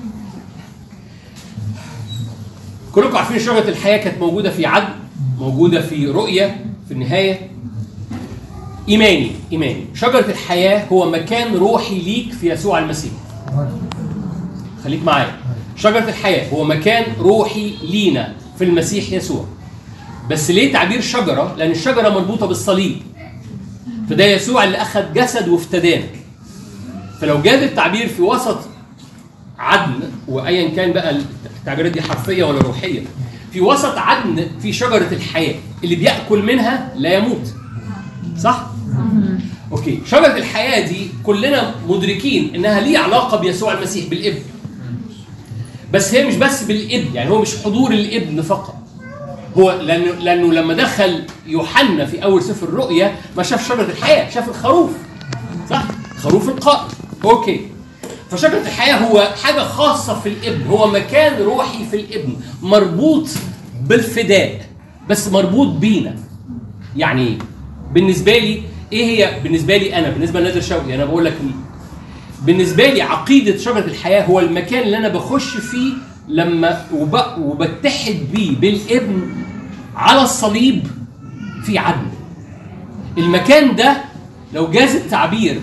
كلكم عارفين شجره الحياه كانت موجوده في عدن، موجوده في رؤيا في النهايه. ايماني شجره الحياه هو مكان روحي ليك في يسوع المسيح. خليك معايا. شجرة الحياة هو مكان روحي لينا في المسيح يسوع. بس ليه تعبير شجرة؟ لأن الشجرة مربوطة بالصليب. فده يسوع اللي أخذ جسد وافتدانا. فلو جاد التعبير في وسط عدن، وأيا كان بقى التعبيرات دي حرفية ولا روحية، في وسط عدن في شجرة الحياة اللي بيأكل منها لا يموت. صح؟ أوكي، شجرة الحياة دي كلنا مدركين إنها ليه علاقة بيسوع المسيح بالابن. بس هي مش بس بالابن، يعني هو مش حضور الابن فقط. هو لانه لما دخل يوحنا في اول سفر الرؤيا ما شاف شجره الحياه، شاف الخروف. صح؟ خروف القائد. اوكي. فشجره الحياه هو حاجه خاصه في الابن، هو مكان روحي في الابن مربوط بالفداء، بس مربوط بينا. يعني بالنسبه لي ايه هي؟ بالنسبه لي انا، بالنسبه لنادر شوقي، انا بقول لك بالنسبه لي عقيده شجره الحياه هو المكان اللي انا بخش فيه لما وبتحد بيه بالابن على الصليب في عدن. المكان ده لو جاز التعبير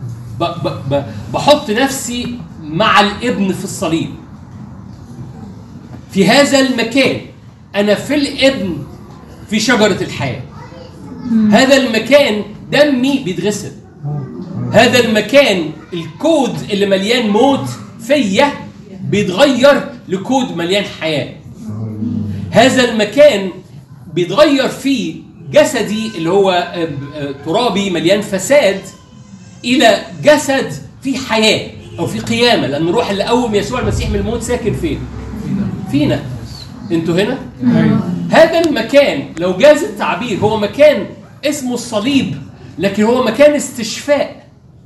بحط نفسي مع الابن في الصليب. في هذا المكان انا في الابن في شجره الحياه. هذا المكان دمي بيتغسل. هذا المكان الكود اللي مليان موت فيا بيتغير لكود مليان حياة. هذا المكان بيتغير فيه جسدي اللي هو ترابي مليان فساد إلى جسد فيه حياة أو فيه قيامة، لأن الروح اللي قوم يسوع المسيح من الموت ساكن فين؟ فينا. انتوا هنا؟ هذا المكان لو جاز التعبير هو مكان اسمه الصليب، لكن هو مكان استشفاء.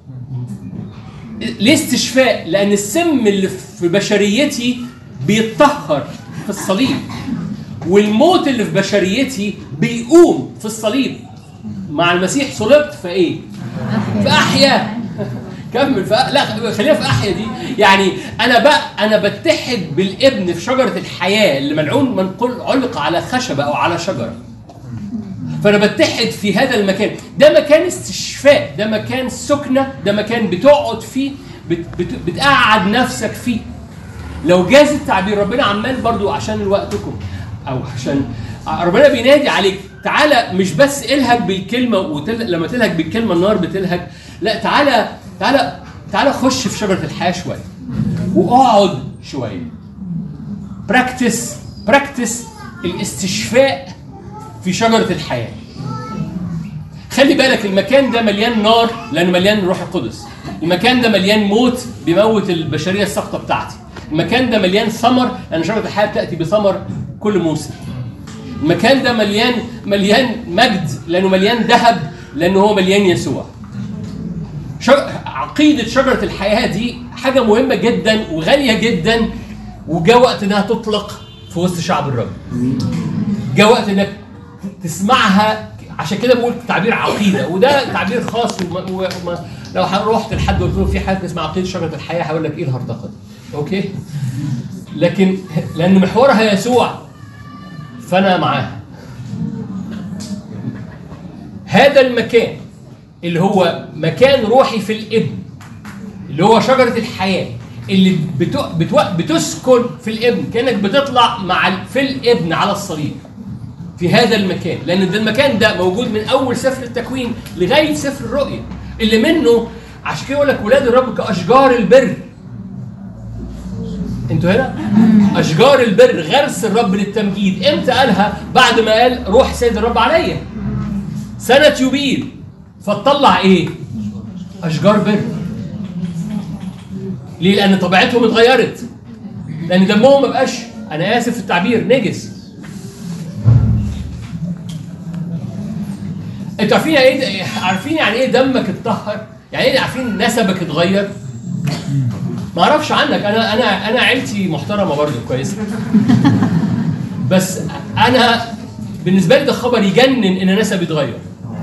ليه استشفاء؟ لأن السم اللي في بشريتي بيتطهر في الصليب، والموت اللي في بشريتي بيقوم في الصليب. مع المسيح صلبت فايه؟ فأحيا. كمل لا خلينا في أحيا دي. يعني أنا بتحد بالابن في شجرة الحياة اللي منقول علق على خشبة أو على شجرة. فأنا بتحد في هذا المكان. ده مكان استشفاء، ده مكان سكنة، ده مكان بتقعد فيه، بتقعد نفسك فيه. لو جاز التعبير ربنا عمال برضو عشان وقتكم أو عشان ربنا بينادي عليك تعالى، مش بس الهج بالكلمة لما تلهج بالكلمة النار بتلهج، لا تعالى خش في شجرة الحياة شوية واقعد شوية. براكتس الاستشفاء في شجرة الحياة. خلي بالك المكان ده مليان نار لأنه مليان الروح القدس. المكان ده مليان موت بيموت البشرية الساقطة بتاعتي. المكان ده مليان ثمر لأن شجرة الحياة بتأتي بثمر كل موسم. المكان ده مليان مجد لأنه مليان ذهب لأنه هو مليان يسوع. عقيدة شجرة الحياة دي حاجة مهمة جدا وغالية جدا، وجاء وقت انها تطلق في وسط شعب الرب. جاء وقت انك تسمعها. عشان كده بقول تعبير عقيدة، وده تعبير خاص. لو رحت لحد وقلت له في حاجة اسمها عقيدة شجرة الحياة هقول لك ايه الهرطقة دي. اوكي؟ لكن لأن محورها يسوع فأنا معاها. هذا المكان اللي هو مكان روحي في الابن، اللي هو شجرة الحياة اللي بتسكن في الابن، كأنك بتطلع في الابن على الصليب في هذا المكان. لأن ده المكان ده موجود من أول سفر التكوين لغاية سفر الرؤيا، اللي منه عشان كده يقول لك ولاد الرب كأشجار البر. انتوا هنا؟ أشجار البر غرس الرب للتمجيد. امتى قالها؟ بعد ما قال روح سيد الرب عليا سنة يوبيل، فتطلع ايه؟ أشجار بر. ليه؟ لأن طبيعتهم اتغيرت، لأن دمهم ما بقاش، أنا آسف في التعبير، نجس. انتوا عارفين ايه؟ عارفين يعني ايه دمك اتطهر؟ يعني ايه عارفين نسبك اتغير؟ ما اعرفش عنك، انا عيلتي محترمه برضه كويسه. بس انا بالنسبه لي ده خبر يجنن ان نسبي اتغير.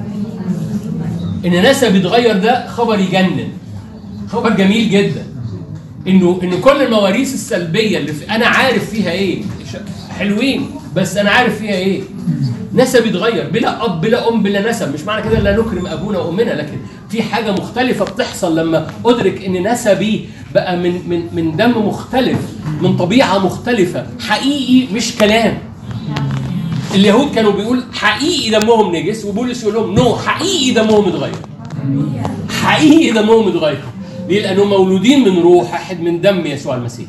ان نسبي اتغير ده خبر يجنن، خبر جميل جدا. انه كل المواريث السلبيه اللي انا عارف فيها ايه، حلوين بس انا عارف فيها ايه. نسبي اتغير، بلا اب بلا ام بلا نسب. مش معنى كده لا نكرم ابونا وامنا، لكن في حاجه مختلفه بتحصل لما ادرك ان نسبي بقى من دم مختلف، من طبيعه مختلفه، حقيقي مش كلام. اليهود كانوا بيقول حقيقي دمهم نجس، وبولس يقول لهم نو، حقيقي دمهم اتغير. حقيقي دمهم اتغير. ليه؟ لانهم مولودين من روح واحد، من دم يسوع المسيح.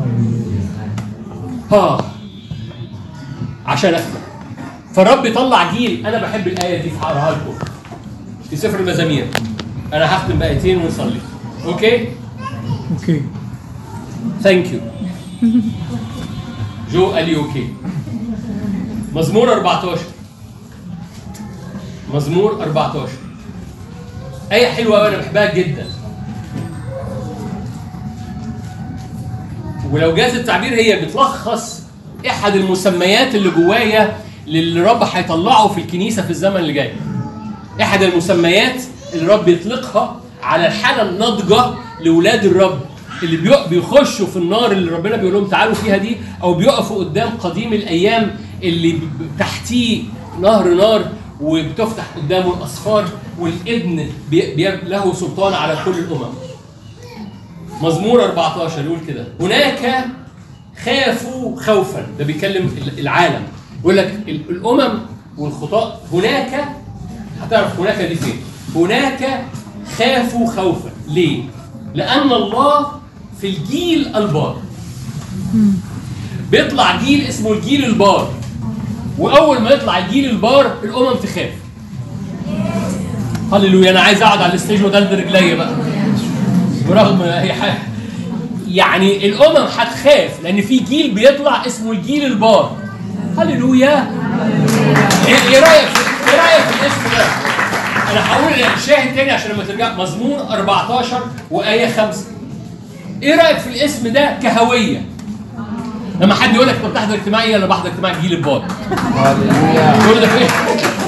عشان اختم، فالرب يطلع جيل. انا بحب الايه دي، هقراها لكم في سفر المزامير. انا هختم بايتين ونصلي. اوكي ثانك يو جو قال لي اوكي. مزمور 14. مزمور 14 آية حلوة وأنا بحبها جدا. ولو جاز التعبير هي بتلخص أحد المسميات اللي جوايا اللي الرب هيطلعه في الكنيسة في الزمن اللي جاي. أحد المسميات اللي الرب يطلقها على الحالة الناضجة لولاد الرب اللي بيخشوا في النار اللي ربنا بيقول لهم تعالوا فيها دي، أو بيقفوا قدام قديم الأيام اللي تحتيه نار وبتفتح قدامه الأصفار، والابن له سلطان على كل الأمم. مزمور 14 يقول كده: هناك خافوا خوفا. ده بيكلم العالم، يقول لك الأمم والخطاة. هناك هتعرف هناك دي فين. هناك خافوا خوفا. ليه؟ لأن الله في الجيل البار. بيطلع جيل اسمه الجيل البار، وأول ما يطلع الجيل البار الأمم تخاف. هللويا. أنا عايز أقعد على الستيج وأدلدل رجليا بقى برغم أي حاجة. يعني الأمم هتخاف لأن في جيل بيطلع اسمه الجيل البار. هللويا. إيه رأيك في الاسم ده؟ أنا هقول شاهد تاني عشان لما ترجع. مزمور 14 وآية 5. إيه رأيك في الاسم ده كهوية؟ لما حد يقول لك أنت بتحضر اجتماع إيه؟ أنا بحضر اجتماع الجيل البار. تقول لك إيه؟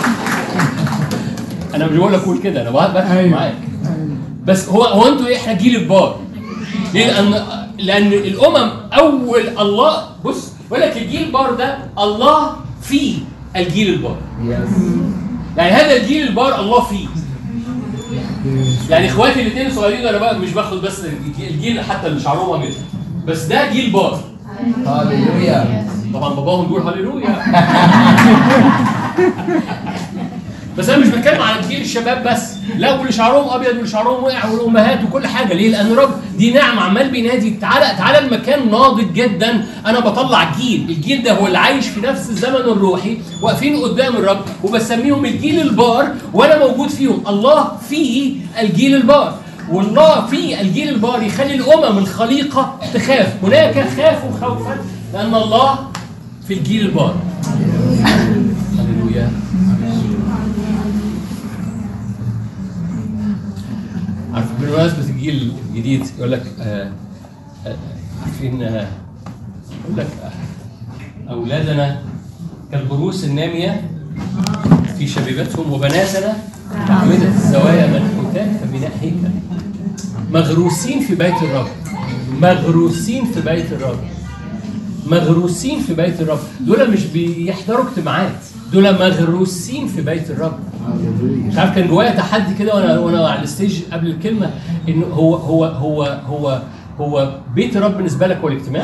أنا مش بقول لك قول كده، أنا بحكي معاك. بس هو أنتوا إيه؟ إحنا جيل البار. ليه؟ لأن الأمم أول الله بص بقول لك الجيل البار ده الله فيه الجيل البار. يعني هذا الجيل البار الله فيه. يعني اخواتي الاثنين الصغيرين انا بقى مش باخد بس الجيل حتى اللي شعرهم ابيض، بس ده جيل بار. هاليلويا. طبعا باباهم بيقول هاليلويا. بس انا مش بتكلم على جيل الشباب بس، لا، واللي شعرهم ابيض واللي شعرهم وقع والامهات وكل حاجه. ليه؟ لان رب دي نعمه عمال بينادي تعالى المكان ناضج جدا. انا بطلع الجيل ده هو اللي عايش في نفس الزمن الروحي، واقفين قدام الرب وبسميهم الجيل البار، وانا موجود فيهم. الله فيه الجيل البار، والله في الجيل البار يخلي الامم الخليقه تخاف. هناك خافوا خوفا لان الله في الجيل البار. هللويا. عارف بمناسبة الجيل الجديد يقول لك عارفين يقول لك أولادنا كالبروس النامية في شبيبتهم، وبناتنا كأعمدة الزوايا منحوتات كبناء هيكل. مغروسين في بيت الرب، مغروسين في بيت الرب، مغروسين في بيت الرب. دول مش بيحضروا اجتماعات، دول مغروسين في بيت الرب. مش عارف كان جوايا تحدي كده وانا على الستيج قبل الكلمه، انه هو بيت الرب بالنسبه لك هو الاجتماع.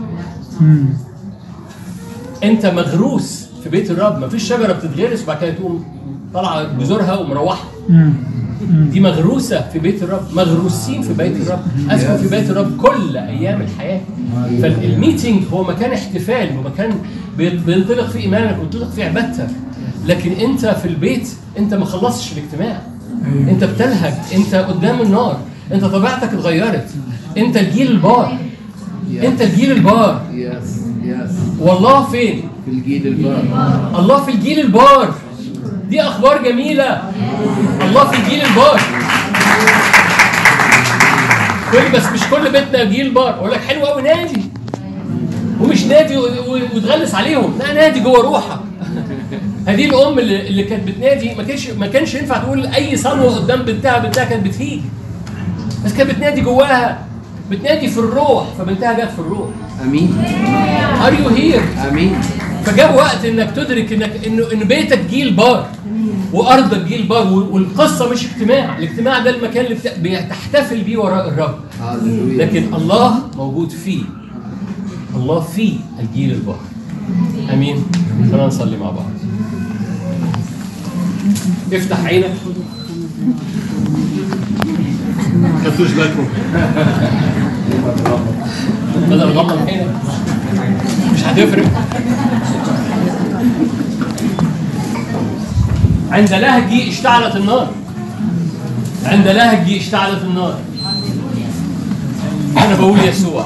انت مغروس في بيت الرب. ما فيش شجره بتتغرس وبعد كده تقوم طالعه بذورها ومروحه. دي مغروسه في بيت الرب، مغروسين في بيت الرب. اسكن في بيت الرب كل ايام الحياه. فالميتنج هو مكان احتفال ومكان بينطلق فيه ايمانك وبينطلق فيه عبادتك. لكن انت في البيت انت ما خلصتش الاجتماع. انت بتلهج، انت قدام النار، انت طبيعتك اتغيرت. انت الجيل البار، انت الجيل البار. والله فين؟ في الجيل البار. الله في الجيل البار. دي اخبار جميله. الله في الجيل البار. بس مش كل بيتنا جيل بار. اقول لك حلو قوي نادي، ومش نادي وتغلس عليهم، لا، نادي جوه روحك. هذه الام اللي كانت بتنادي ما كانش ينفع تقول اي صنوه قدام بنتها كانت بتهيج، بس كانت بتنادي جواها، بتنادي في الروح، فبنتها جت في الروح. امين. ار يو هير؟ امين. فجاء وقت انك تدرك ان بيتك جيل بار وارضك جيل بار، والقصه مش اجتماع. الاجتماع ده المكان اللي بتحتفل بيه وراء الرب، لكن الله موجود فيه. الله فيه الجيل البار. امين. خلينا نصلي مع بعض. افتح عينك. ما خدتوش بالكم بدل غمض عينك مش هتفرق. عند لهجي اشتعلت النار، عند لهجي اشتعلت النار. انا بقول يسوع،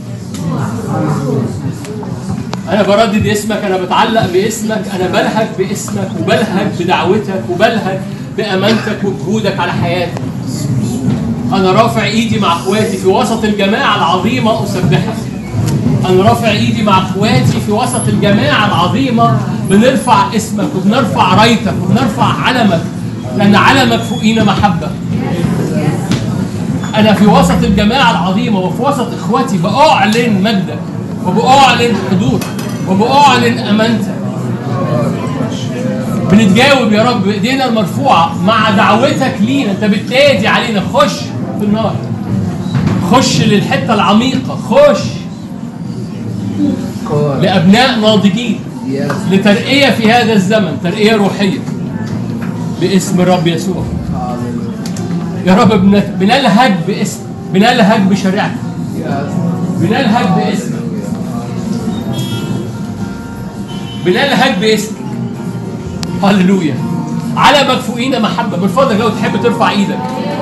أنا بردد اسمك، أنا بتعلق باسمك، أنا بلهج باسمك وبلهج بدعوتك وبلهج بأمانتك وجهودك على حياتي. أنا رافع إيدي مع أخواتي في وسط الجماعة العظيمة أسبحك. أنا رافع إيدي مع أخواتي في وسط الجماعة العظيمة، بنرفع اسمك وبنرفع رايتك وبنرفع علمك، لأن علمك فوقينا محبة. أنا في وسط الجماعة العظيمة وفي وسط إخواتي بأعلن مجدك وبأعلن حضورك وبأعلن أمانتك. بنتجاوب يا رب بإيدينا المرفوعة مع دعوتك لينا. أنت بتنادي علينا، خش في النار، خش للحتة العميقة، خش لأبناء ناضجين، لترقية في هذا الزمن، ترقية روحية باسم الرب يسوع. يا رب بنلهج باسم، بنلهج بشريعتك، بنلهج باسمك، بنلهج باسمك. هللويا. علمك فوقينا محبة. من فضلك لو تحب ترفع ايدك.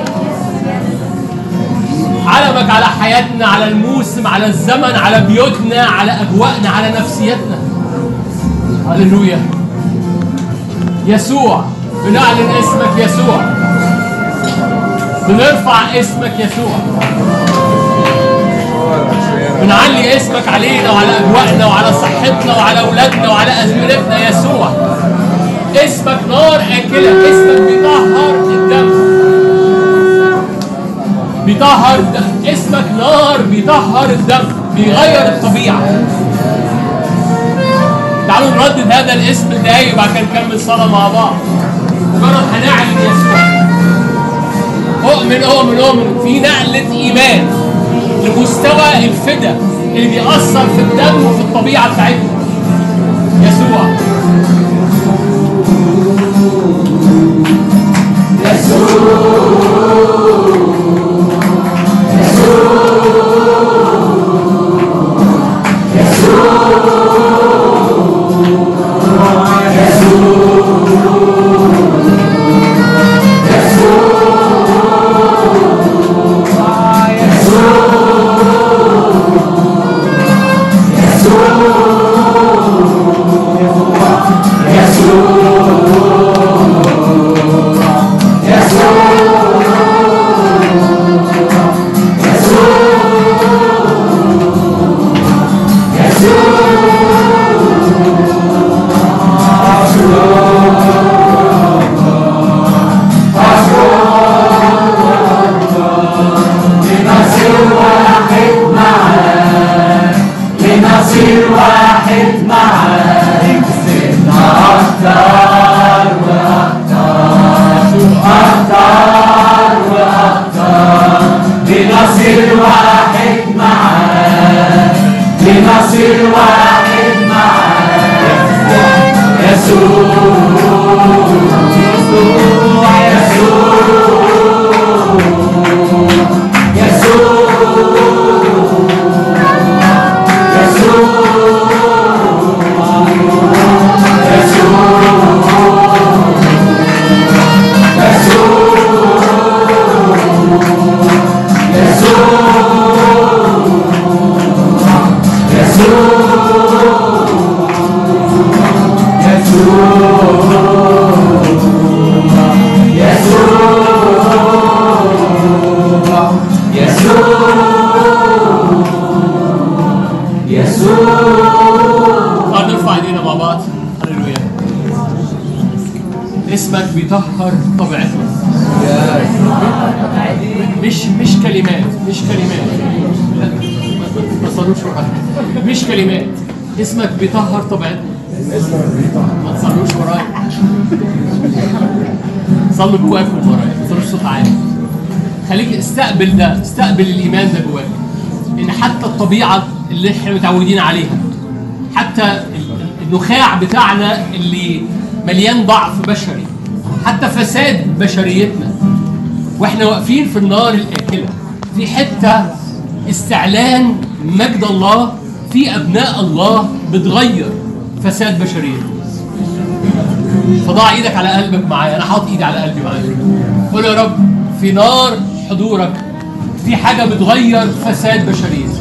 علمك على حياتنا، على الموسم، على الزمن، على بيوتنا، على أجواءنا، على نفسيتنا. هللويا. يسوع، بنعلن اسمك يسوع، بنرفع اسمك يسوع، بنعلي اسمك علينا وعلى أجواءنا وعلى صحتنا وعلى أولادنا وعلى أزمنتنا. يسوع اسمك نار آكلة، اسمك بيطهر الدم، بيطهر الدم، اسمك نار بيطهر الدم، بيغير الطبيعة. تعالوا نردد هذا الاسم دقايق وبعد كده نكمل صلاة مع بعض. مجرد هنعلن يسوع. أؤمن في نقلة إيمان لمستوى الفدا اللي بيأثر في الدم وفي الطبيعة بتاعتنا. يسوع نرفع ايدينا مع بعض. هللويا. اسمك بيطهر طبيعتنا. مش كلمات، ما تصلوش ورايا. مش كلمات، اسمك بيطهر طبيعتنا. ما تصلوش ورايا، صلوا جواكم ورايا، ما تصلوش صوت عالي. خليك استقبل ده، استقبل الايمان ده جواك، ان حتى الطبيعه اللي احنا متعودين عليها، حتى النخاع بتاعنا اللي مليان ضعف بشري، حتى فساد بشريتنا واحنا واقفين في النار الآكلة، في حتة استعلان مجد الله في أبناء الله بتغير فساد بشريتنا. فضع ايدك على قلبك معايا، انا حاطط ايدي على قلبي معايا. قول يا رب في نار حضورك في حاجة بتغير فساد بشريتي.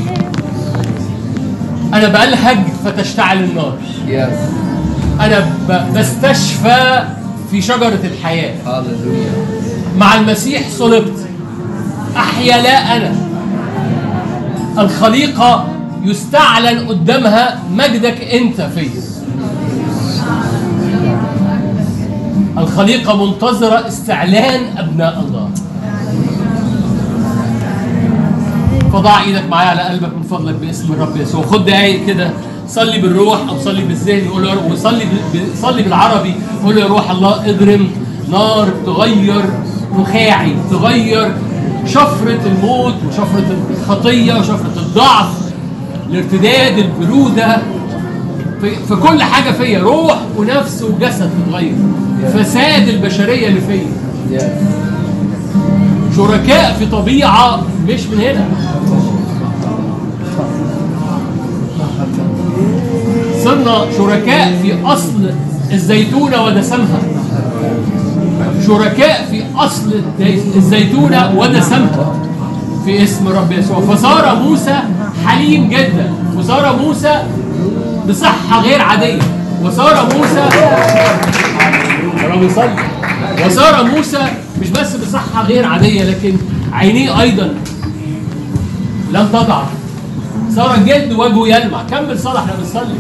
أنا بلهج فتشتعل النار. أنا بستشفى في شجرة الحياة. مع المسيح صلبت، أحيا لا أنا، الخليقة يستعلن قدامها مجدك أنت فيا. الخليقة منتظرة استعلان أبناء الله. فضع ايدك معايا على قلبك من فضلك باسم الرب يسوع. خد دقايق كده، صلي بالروح او صلي بالذهن، وصلي بالعربي. قول يا روح الله اضرم نار تغير نخاعي، تغير شفرة الموت وشفرة الخطية وشفرة الضعف، الارتداد، البرودة، في كل حاجة فيا، روح ونفس وجسد تتغير. فساد البشرية اللي فيا شركاء في طبيعة مش من هنا. صرنا شركاء في أصل الزيتونة ودسمها. شركاء في أصل الزيتونة ودسمها في اسم رب يسوع. فصار موسى حليم جدا، وصار موسى بصحة غير عادية، وصار موسى وصار موسى مش بس بصحة غير عادية، لكن عينيه أيضا لم تضعف، صار جلد وجهه يلمع. كمل صلاة، احنا بنصلي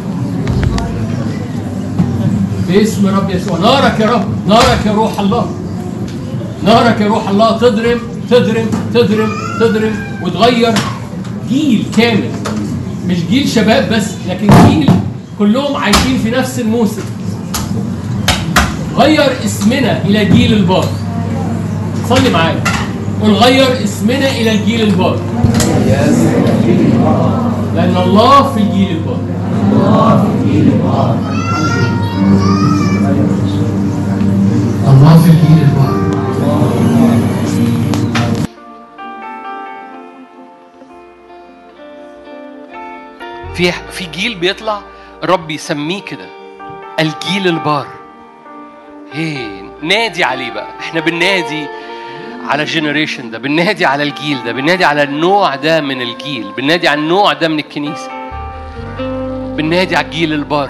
باسم رب يسوع. نارك يا رب، نارك يا روح الله، نارك يا روح الله تضرم تضرم تضرم تضرم وتغير جيل كامل. مش جيل شباب بس، لكن جيل كلهم عايشين في نفس الموسم. غير اسمنا إلى جيل البار. صلي معايا، قل غير اسمنا إلى الجيل البار، لأن الله في الجيل البار. الله في الجيل البار. في جيل بيطلع رب يسميه كده الجيل البار. نادي عليه بقى. احنا بننادي على الجنريشن ده، بننادي على الجيل ده، بننادي على النوع ده من الجيل، بننادي على النوع ده من الكنيسة، بننادي على الجيل البار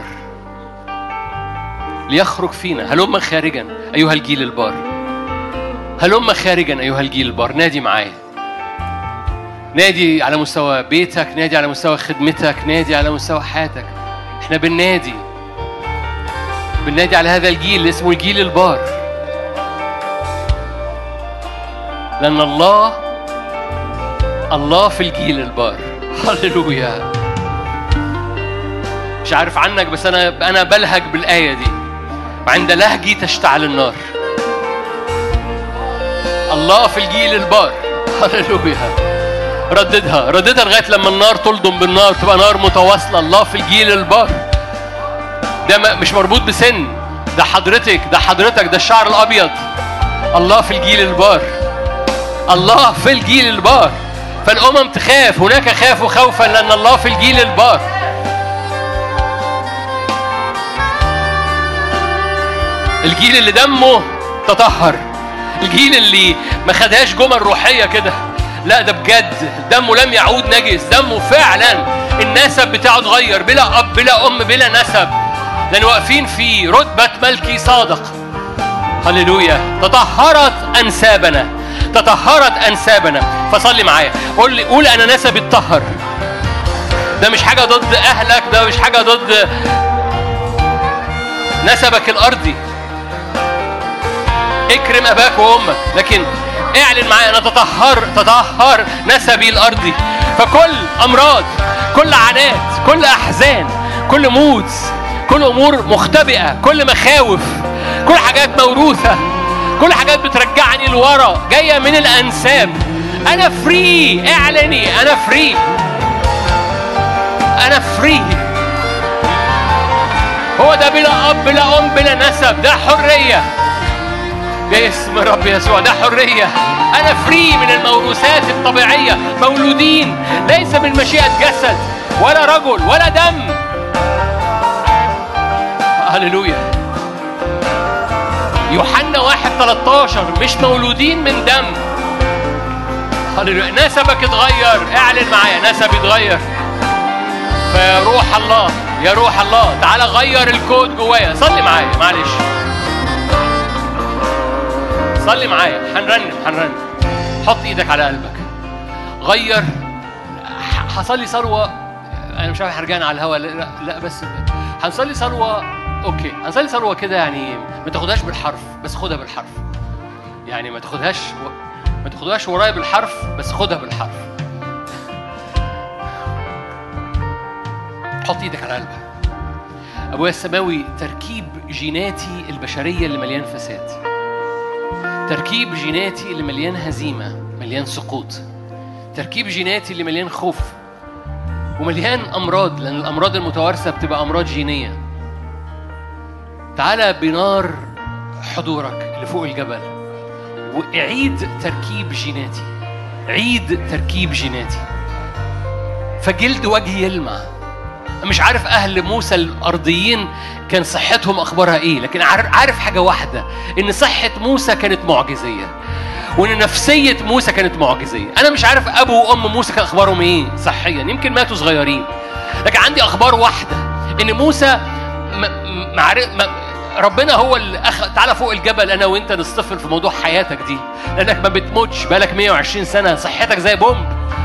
ليخرج فينا. هلما خارجا أيها الجيل البار، هلما خارجا أيها الجيل البار. نادي معايا، نادي على مستوى بيتك، نادي على مستوى خدمتك، نادي على مستوى حياتك. احنا بننادي على هذا الجيل اللي اسمه الجيل البار، لأن الله في الجيل البار. هللويا. مش عارف عنك، بس أنا بلهج بالآية دي، وعند لهجي تشتعل النار. الله في الجيل البار. هللويا. رددها لغاية لما النار تلضم بالنار، تبقى نار متواصلة. الله في الجيل البار. ده مش مربوط بسن، ده حضرتك، ده الشعر الأبيض. الله في الجيل البار، الله في الجيل البار. فالأمم تخاف، هناك خافوا خوفا لأن الله في الجيل البار. الجيل اللي دمه تطهر، الجيل اللي ما خدهاش جمل روحية كده، لا ده بجد دمه لم يعود نجس، دمه فعلا النسب بتاعه اتغير، بلا أب بلا أم بلا نسب، لأن واقفين في رتبة ملكي صادق. هللويا. تطهرت أنسابنا. فصلي معايا، قول أنا نسبي اتطهر. ده مش حاجة ضد أهلك، ده مش حاجة ضد نسبك الأرضي. اكرم أباك وأمك، لكن اعلن معايا أنا تطهر نسبي الأرضي. فكل أمراض، كل عنات، كل أحزان، كل موت، كل أمور مختبئة، كل مخاوف، كل حاجات موروثة، كل حاجات بترجعني لورا جاية من الأنساب. أنا فري. اعلني أنا فري، أنا فري. هو ده بلا أب بلا أم بلا نسب، ده حرية باسم رب يسوع، ده حرية. أنا فري من الموروثات الطبيعية، مولودين ليس من مشيئة جسد ولا رجل ولا دم. هللويا. يوحنا 1:13 مش مولودين من دم. هللويا. نسبك اتغير. اعلن معايا نسبي اتغير. فيا روح الله، يا روح الله تعالى غير الكود جوايا. صلي معايا، معلش صلي معايا. هنرنم. حط ايدك على قلبك. غير. هصلي صلوة، انا مش عارف هرجعنا على الهوا لا بس هنصلي صلوة. اوكي، هنصلي صلوة كده، يعني ما تاخدهاش بالحرف بس خدها بالحرف. يعني ما تاخدهاش ورايا بالحرف بس خدها بالحرف. حط ايدك على قلبك. ابويا السماوي، تركيب جيناتي البشرية اللي مليان فساد، تركيب جيناتي اللي مليان هزيمة، مليان سقوط، تركيب جيناتي اللي مليان خوف ومليان أمراض، لأن الأمراض المتوارثة بتبقى أمراض جينية. تعالى بنار حضورك اللي فوق الجبل وعيد تركيب جيناتي، عيد تركيب جيناتي. فجلد وجهي يلمع. مش عارف أهل موسى الأرضيين كان صحتهم أخبارها إيه، لكن عارف حاجة واحدة، إن صحة موسى كانت معجزية، وإن نفسية موسى كانت معجزية. أنا مش عارف أبو وأم موسى كان أخبارهم إيه صحيا، يمكن ماتوا صغيرين، لكن عندي أخبار واحدة، إن موسى ربنا هو اللي تعالى فوق الجبل أنا وإنت نصطفل في موضوع حياتك دي، لأنك ما بتموتش بقالك 120 سنة، صحتك زي بومب،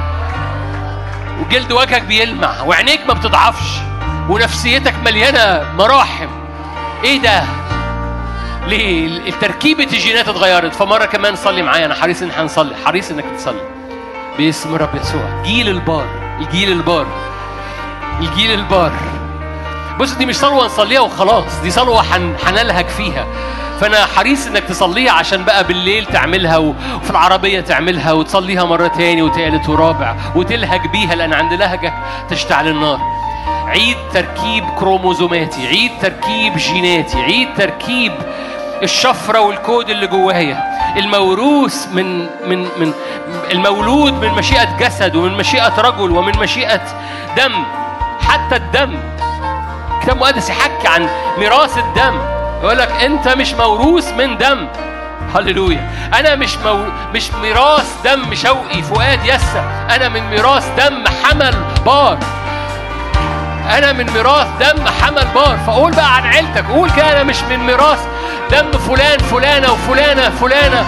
وجلد وجهك بيلمع، وعينيك ما بتضعفش، ونفسيتك مليانة مراحم. إيه ده؟ ليه؟ تركيبة الجينات اتغيرت. فمرة كمان صلي معايا، أنا حريص إن هنصلي، حريص إنك تصلي باسم رب يسوع. جيل البار، الجيل البار، الجيل البار. بص، دي مش صلوة نصليها وخلاص، دي صلوة هنلهج فيها. فأنا حريص إنك تصليها عشان بقى بالليل تعملها، وفي العربية تعملها، وتصليها مرة تاني وتالت ورابع، وتلهج بيها، لأن عند لهجك تشتعل النار. عيد تركيب كروموزوماتي، عيد تركيب جيناتي، عيد تركيب الشفرة والكود اللي جوايا، الموروث من المولود من مشيئة جسد، ومن مشيئة رجل، ومن مشيئة دم. حتى الدم، كتاب مقدس يحكي عن ميراث الدم، يقول لك أنت مش موروث من دم. هللويا. أنا مش ميراث دم شوقي فؤاد يسا، أنا من ميراث دم حمل بار، أنا من ميراث دم حمل بار. فقول بقى عن عيلتك، قول كده، أنا مش من ميراث دم فلان فلانة وفلانة فلانة.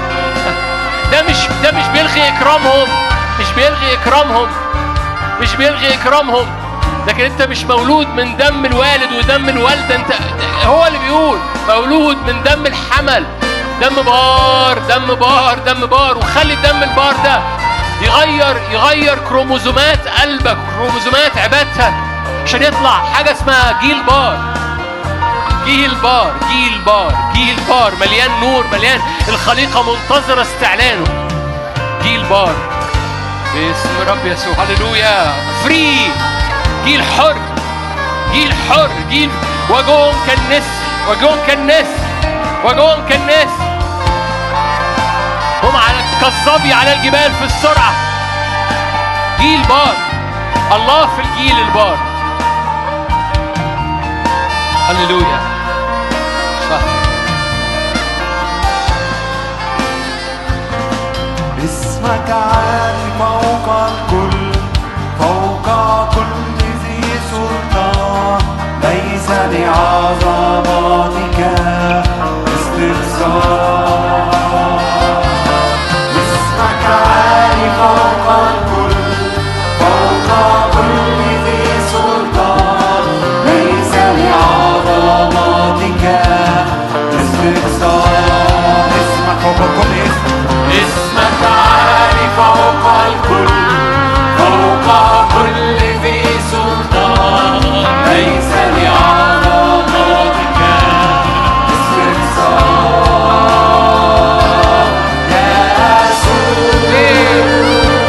ده مش بيلغي إكرامهم، مش بيلغي إكرامهم، مش بيلغي إكرامهم، لكن أنت مش مولود من دم الوالد ودم الوالدة. أنت هو اللي بيقول مولود من دم الحمل، دم بار دم بار دم بار. وخلي الدم البار ده يغير كروموزومات قلبك، كروموزومات عبادتك، عشان يطلع حاجة اسمها جيل بار، جيل بار، جيل بار، جيل بار، مليان نور، مليان الخليقة منتظرة استعلانه. جيل بار باسم رب يسوع. هللويا. فري، جيل حر، جيل حر، جيل وجوههم كالنسر، وجوههم كالنسر، وجوههم كالنسر، هم على كالظبي على الجبال في السرعة. جيل بار، الله في الجيل البار. هللويا. اسمك عالي فوق الكل، فوق كل ذي سلطان، ليس لعظمتك استفسار. اسمك عالي فوق الكل، فوق كل ذي سلطان، ليس لعظمتك استفسار. اسمك فوق كل اسم، اسمك عالي فوق الكل، فوق كل ذي سلطان، ليس لعظمتك استفسار. يا يسوع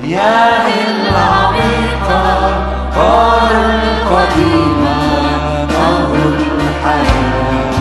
مياه العميقة نهر القديمة نهر الحياة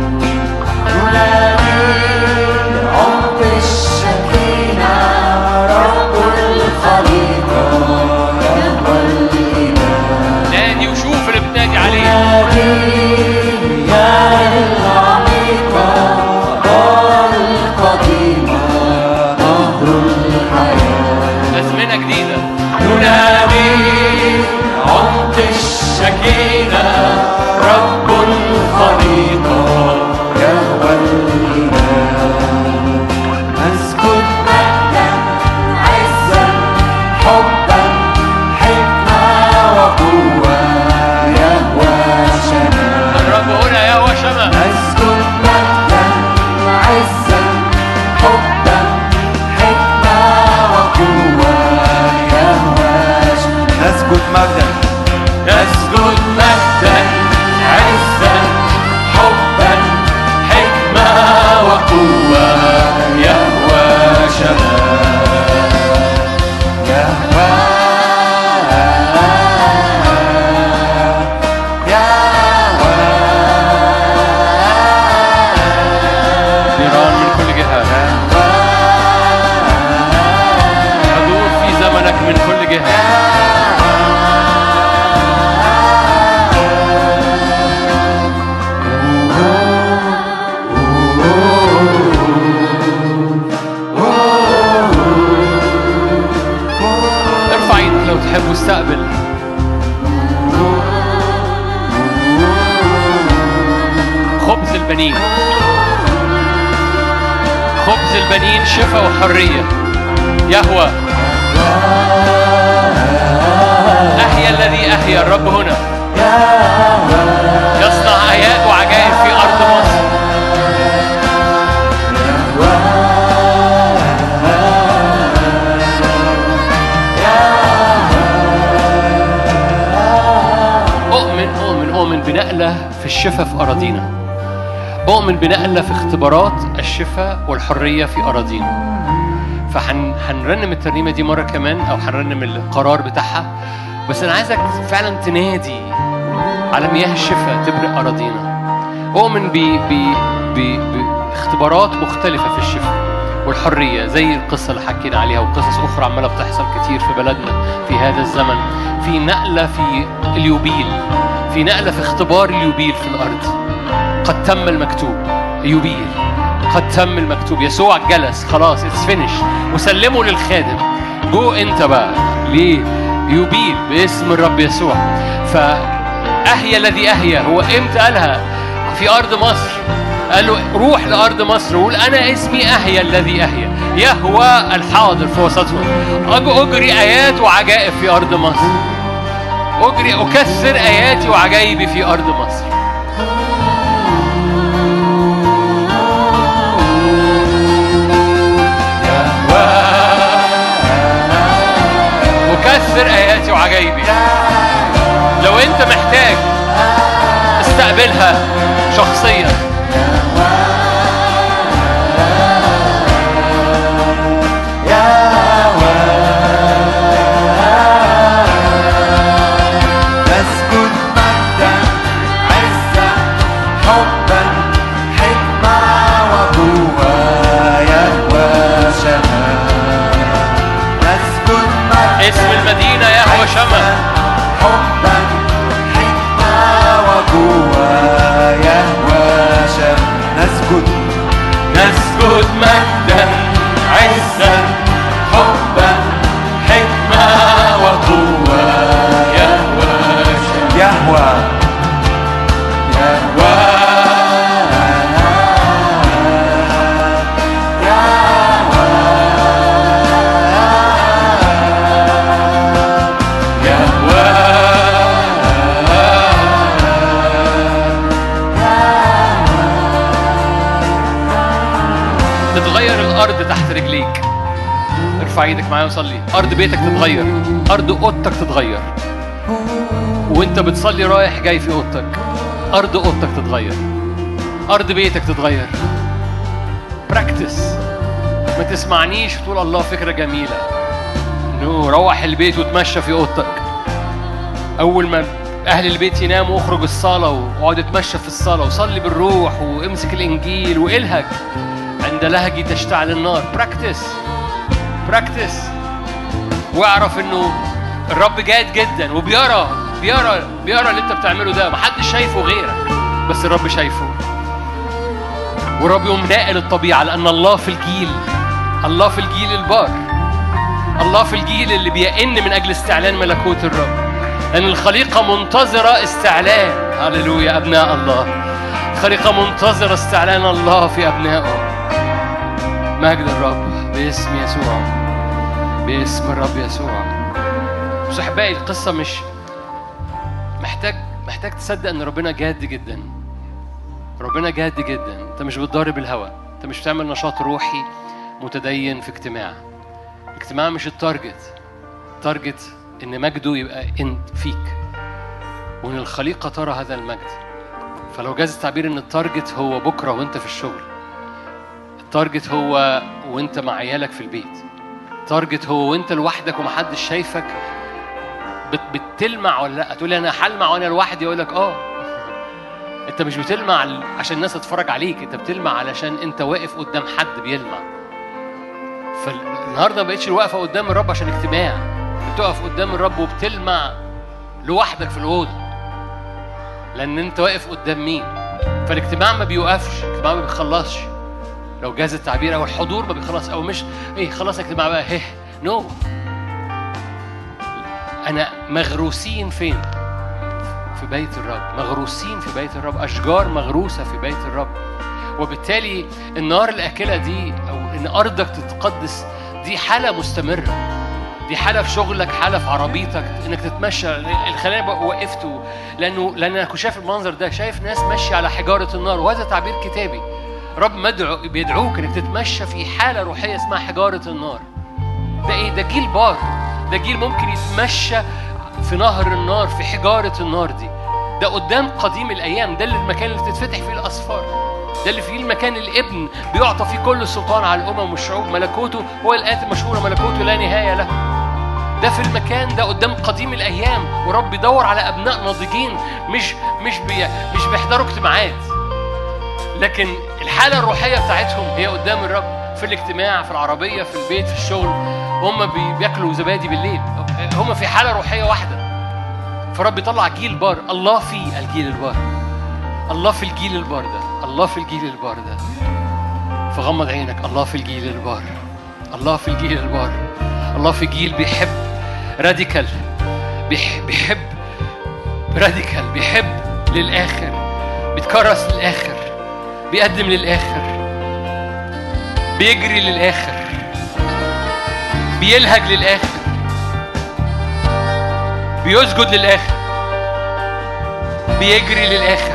ننادي عمق الشكينة رب الخليقة يهوى الإله نادي وشوف اللي بتنادي عليه. نادي مياه العميقة نهر القديمة نهر الحياة أزمنة جديدة. ننادي عمق الشكينة رب الخليقة يهوى الإله نسكت مجدا عزا حبا حكمة وقوة يهوى شمال الرب هنا يهوى شمع. نسكت مجدا عزا حبا حكمة وقوة يهوى شمال نسكت مجدا عزا حبا حكمة وقوة يهوى شمال يهوى نيران من كل جهة. حضور في زمنك من كل جهة. ارفع ايدك لو تحب واستقبل. خبز البنين، خبز البنين شفاء وحرية. يهوى أحيا الذي أحيا. الرب هنا يصنع آيات وعجائب في أرض مصر. أؤمن بنقلة في الشفاء في أراضينا. أؤمن بنقلة في اختبارات الشفاء والحرية في أراضينا. فهنرنم الترنيمة دي مرة كمان، أو هنرنم القرار بتاعها. بس أنا عايزك فعلا تنادي على مياه الشفاء تبرق أراضينا. أؤمن باختبارات مختلفة في الشفاء والحرية، زي القصة اللي حكينا عليها وقصص أخرى عمالة بتحصل كتير في بلدنا في هذا الزمن. في نقلة في اليوبيل، في نقلة في اختبار اليوبيل في الأرض. قد تم المكتوب. يوبيل قد تم المكتوب. يسوع جلس خلاص، it's finished، وسلمه للخادم. جو انت بقى ليه يوبيل باسم الرب يسوع. فأحيا الذي أحيا هو امتى قالها؟ في أرض مصر. قال له روح لأرض مصر وقول أنا اسمي أحيا الذي أحيا. يهوى الحاضر في وسطهم. أجري آيات وعجائب في أرض مصر. أكثر آياتي وعجائبي في أرض مصر. أكثر آياتي وعجائبي. لو أنت محتاج استقبلها شخصيا. نسكت مجدا عزا حبا حكمة وقوة يهوى شمال نسكت مجدا اسم المدينة يهوى شمع. حبا حكمة وقوة يهوى شمال نسكت مجدا عزا حبا حكمة وقوة يهوى شمال يهوى تتغير الأرض تحت رجليك. ارفع ايدك معايا وصلي. أرض بيتك تتغير، أرض أوضتك تتغير. وانت بتصلي رايح جاي في أوضتك، أرض أوضتك تتغير، أرض بيتك تتغير. براكتس. ما تسمعنيش وتقول الله فكرة جميلة. روح البيت وتمشى في اوضتك. اول ما اهل البيت يناموا اخرج الصاله واقعد اتمشى في الصاله وصلي بالروح وامسك الانجيل والهج. عند لهجي تشتعل النار. براكتس واعرف انه الرب جاد جدا وبيرى اللي انت بتعمله ده. محدش شايفه غيرك بس الرب شايفه. والرب يوم ناقل الطبيعه لان الله في الجيل البار. الله في الجيل اللي بيئن من اجل استعلان ملكوت الرب. لأن الخليقة منتظرة استعلان. هللويا أبناء الله. الخليقة منتظرة استعلان الله في أبنائه. مجد الرب باسم يسوع. باسم الرب يسوع. بس أحبائي القصة مش محتاج تصدق أن ربنا جاد جدا. ربنا جاد جدا. أنت مش بتضارب الهوى. أنت مش بتعمل نشاط روحي متدين في اجتماع مش التارجت إن مجده يبقى فيك وإن الخليقة ترى هذا المجد. فلو جاز التعبير إن التارجت هو بكرة وإنت في الشغل، التارجت هو وإنت مع عيالك في البيت، التارجت هو وإنت لوحدك ومحدش شايفك بتلمع ولا لأ. تقولي أنا هلمع وأنا لوحدي. أقول لك أنت مش بتلمع عشان الناس تتفرج عليك، أنت بتلمع علشان أنت واقف قدام حد بيلمع. فالنهاردة ما بقتش الوقفة قدام الرب عشان اجتماع، بتقف قدام الرب وبتلمع لوحدك في الأوضة لأن أنت واقف قدام مين. فالاجتماع ما بيوقفش، الاجتماع ما بيخلصش لو جاز التعبير، أو الحضور ما بيخلص، أو مش خلاص الاجتماع بقى نو. أنا مغروسين فين؟ في بيت الرب. مغروسين في بيت الرب، أشجار مغروسة في بيت الرب. وبالتالي النار الأكلة دي أو إن أرضك تتقدس دي حالة مستمرة. دي حالة في شغلك، حالة في عربيتك، إنك تتمشى. الخلاني وقفته لأن أنا كنت شايف المنظر ده، شايف ناس ماشية على حجارة النار. وهذا تعبير كتابي. رب بيدعوك إنك تتمشى في حالة روحية اسمها حجارة النار. ده جيل بار. ده جيل ممكن يتمشى في نهر النار، في حجارة النار دي. ده قدام قديم الأيام. ده المكان اللي تتفتح فيه الأسفار. ده اللي فيه المكان الابن بيعطى فيه كل السلطان على الأمم والشعوب. ملكوته هو الآية المشهورة، ملكوته لا نهاية له. ده في المكان ده قدام قديم الأيام. ورب يدور على أبناء ناضجين مش بيحضروا اجتماعات، لكن الحالة الروحية بتاعتهم هي قدام الرب في الاجتماع، في العربية، في البيت، في الشغل. هم بياكلوا زبادي بالليل. هم في حالة روحية واحدة. فرب يطلع جيل بار. الله في الجيل البار. الله في الجيل البار ده. الله في الجيل البار ده. فغمض عينك. الله في الجيل البار. الله في الجيل البار. الله في جيل بيحب راديكال. بيحب راديكال. بيحب للآخر. بيتكرس للآخر. بيقدم للآخر. بيجري للآخر. بيلهج للآخر. بيسجد للآخر. بيجري للآخر.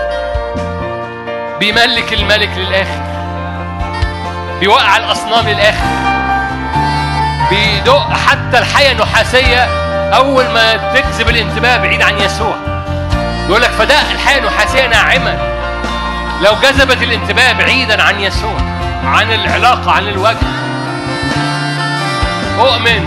بيملك الملك للآخر. بيوقع الأصنام للآخر. بيدق حتى الحياة النحاسية أول ما تجذب الانتباه بعيد عن يسوع. يقول لك فداء الحياة النحاسية ناعما لو جذبت الانتباه بعيدا عن يسوع، عن العلاقة، عن الوجه. أؤمن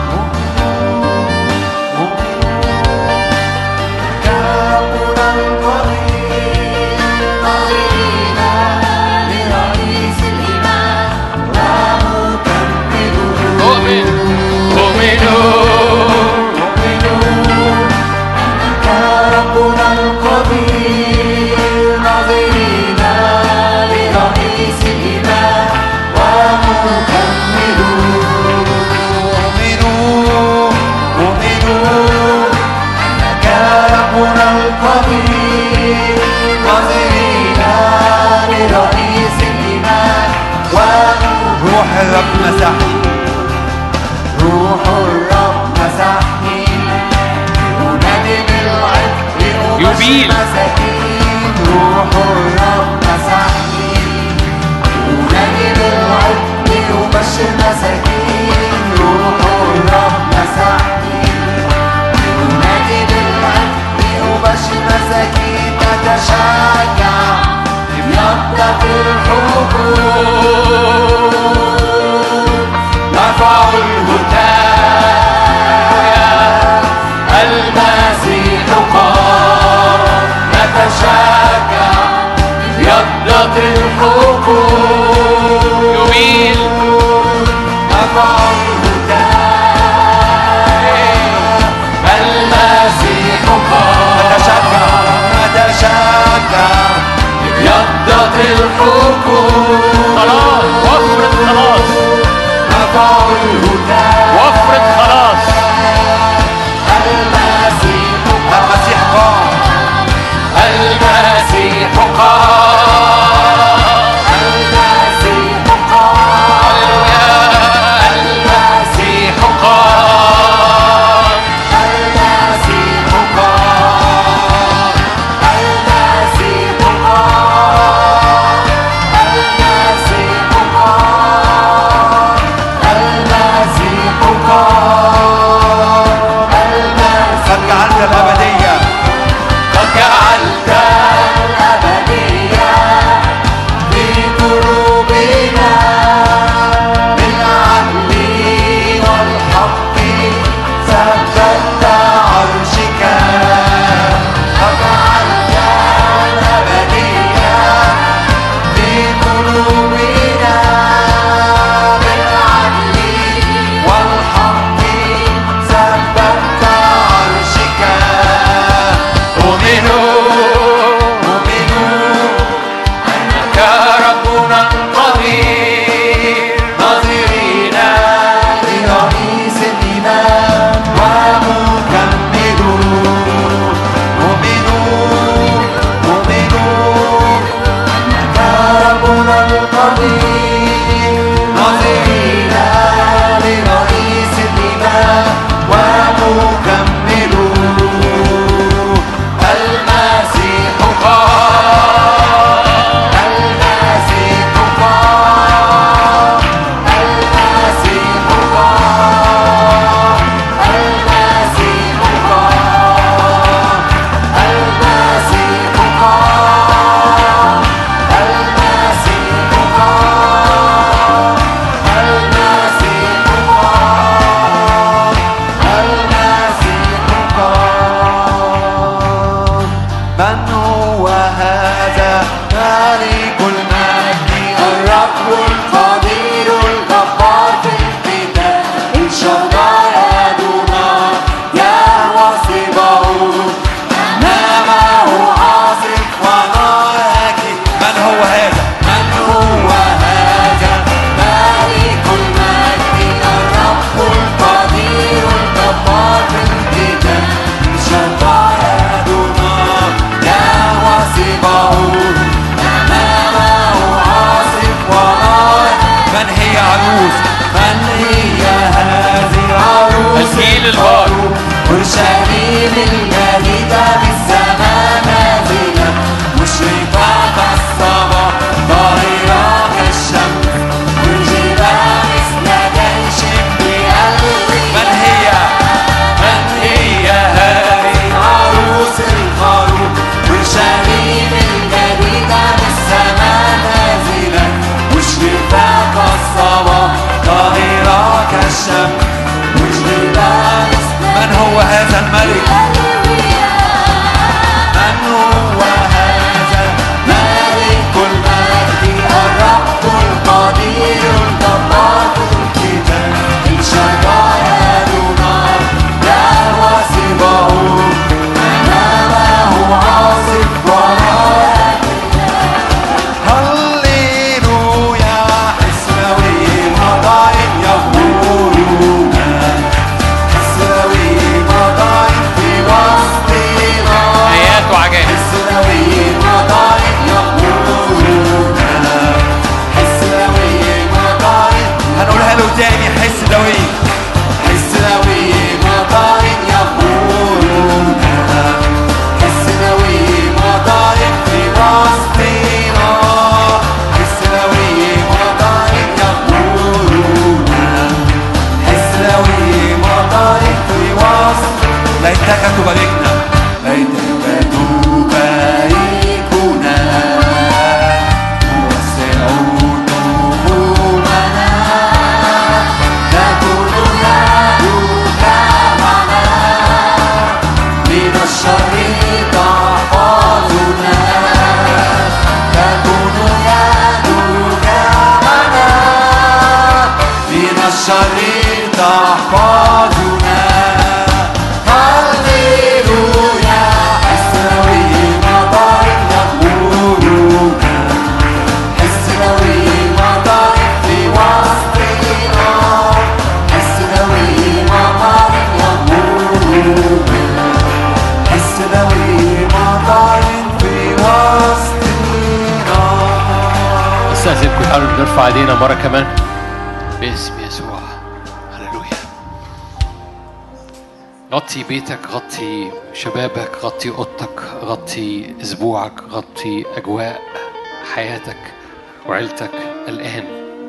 روح الرب مسحني ينادي بالعتق لأبشر مساكين. روح الرب مسحني ينادي بالعتق لأبشر مساكين. روح الرب مسحني ينادي بالعتق لأبشر مساكين. نتشجع بنبضة الحقوق. نرفع الهتاف يبيل نبع الهدى المسيح قام نتشجع ابيضت الحقوق خلاص وفرة خلاص نبع الهدى وفرة خلاص المسيح قام المسيح قام المسيح قام هللويا المسيح قام المسيح قام المسيح قام المسيح قام المسيح قام قد جعلت الأبدية قد جعلت الأبدية في قلوبنا بالعدل والحق ثبت عرشك قد جعلت الأبدية في قلوبنا بالعدل والحق ثبت عرشك أؤمن أنك ربنا القدير ناظرين لرئيس الإيمان ومكمل مؤمنون أنك ربنا القدير ناظرين لرئيس الإيمان ومكمل المسيح قام المسيح قام المسيح قام المسيح قام المسيح قام المسيح قام المسيح قام المسيح قام من هو هذا مالك المجد الرب القدير الجبار في القتال إن شدائدنا يهوى صباؤه أمامه عاصف ونار أكيد من هو هذا من هو هذا مالك المجد الرب القدير الجبار في القتال إن شدائدنا يهوى صباؤه أمامه عاصف ونار من هي عروس من هي هذه عروس الجيل البار أورشليم الجديدة بالسماء نازلة مشرقة كالصباح ظاهرة كالشمس منجبة مثل جيش بقلبي من هي هذه عروس الخروف أورشليم الجديدة بالسماء نازلة مشرقة كالصباح ظاهرة كالشمس مجدبة من هو هذا الملك من هو هذا ملك المجد الرب القدير الجبار في القتال إن شدائدنا يهوى صباؤه أمامه عاصف ونار هللويا حسنوي مضاعف يقولون حسنوي مضاعف في يحفظنا. هللويا حسناوي مطر يغمرنا، حسناوي مطر في وسطنا، حسناوي مطر يغمرنا، حسناوي مطر في وسطنا. استاذنكم تعالوا نرفع ايدينا مره كمان باسم يسوع. هللويا. غطي بيتك، غطي شبابك، غطي اوضتك، غطي اسبوعك، غطي اجواء حياتك وعيلتك الان.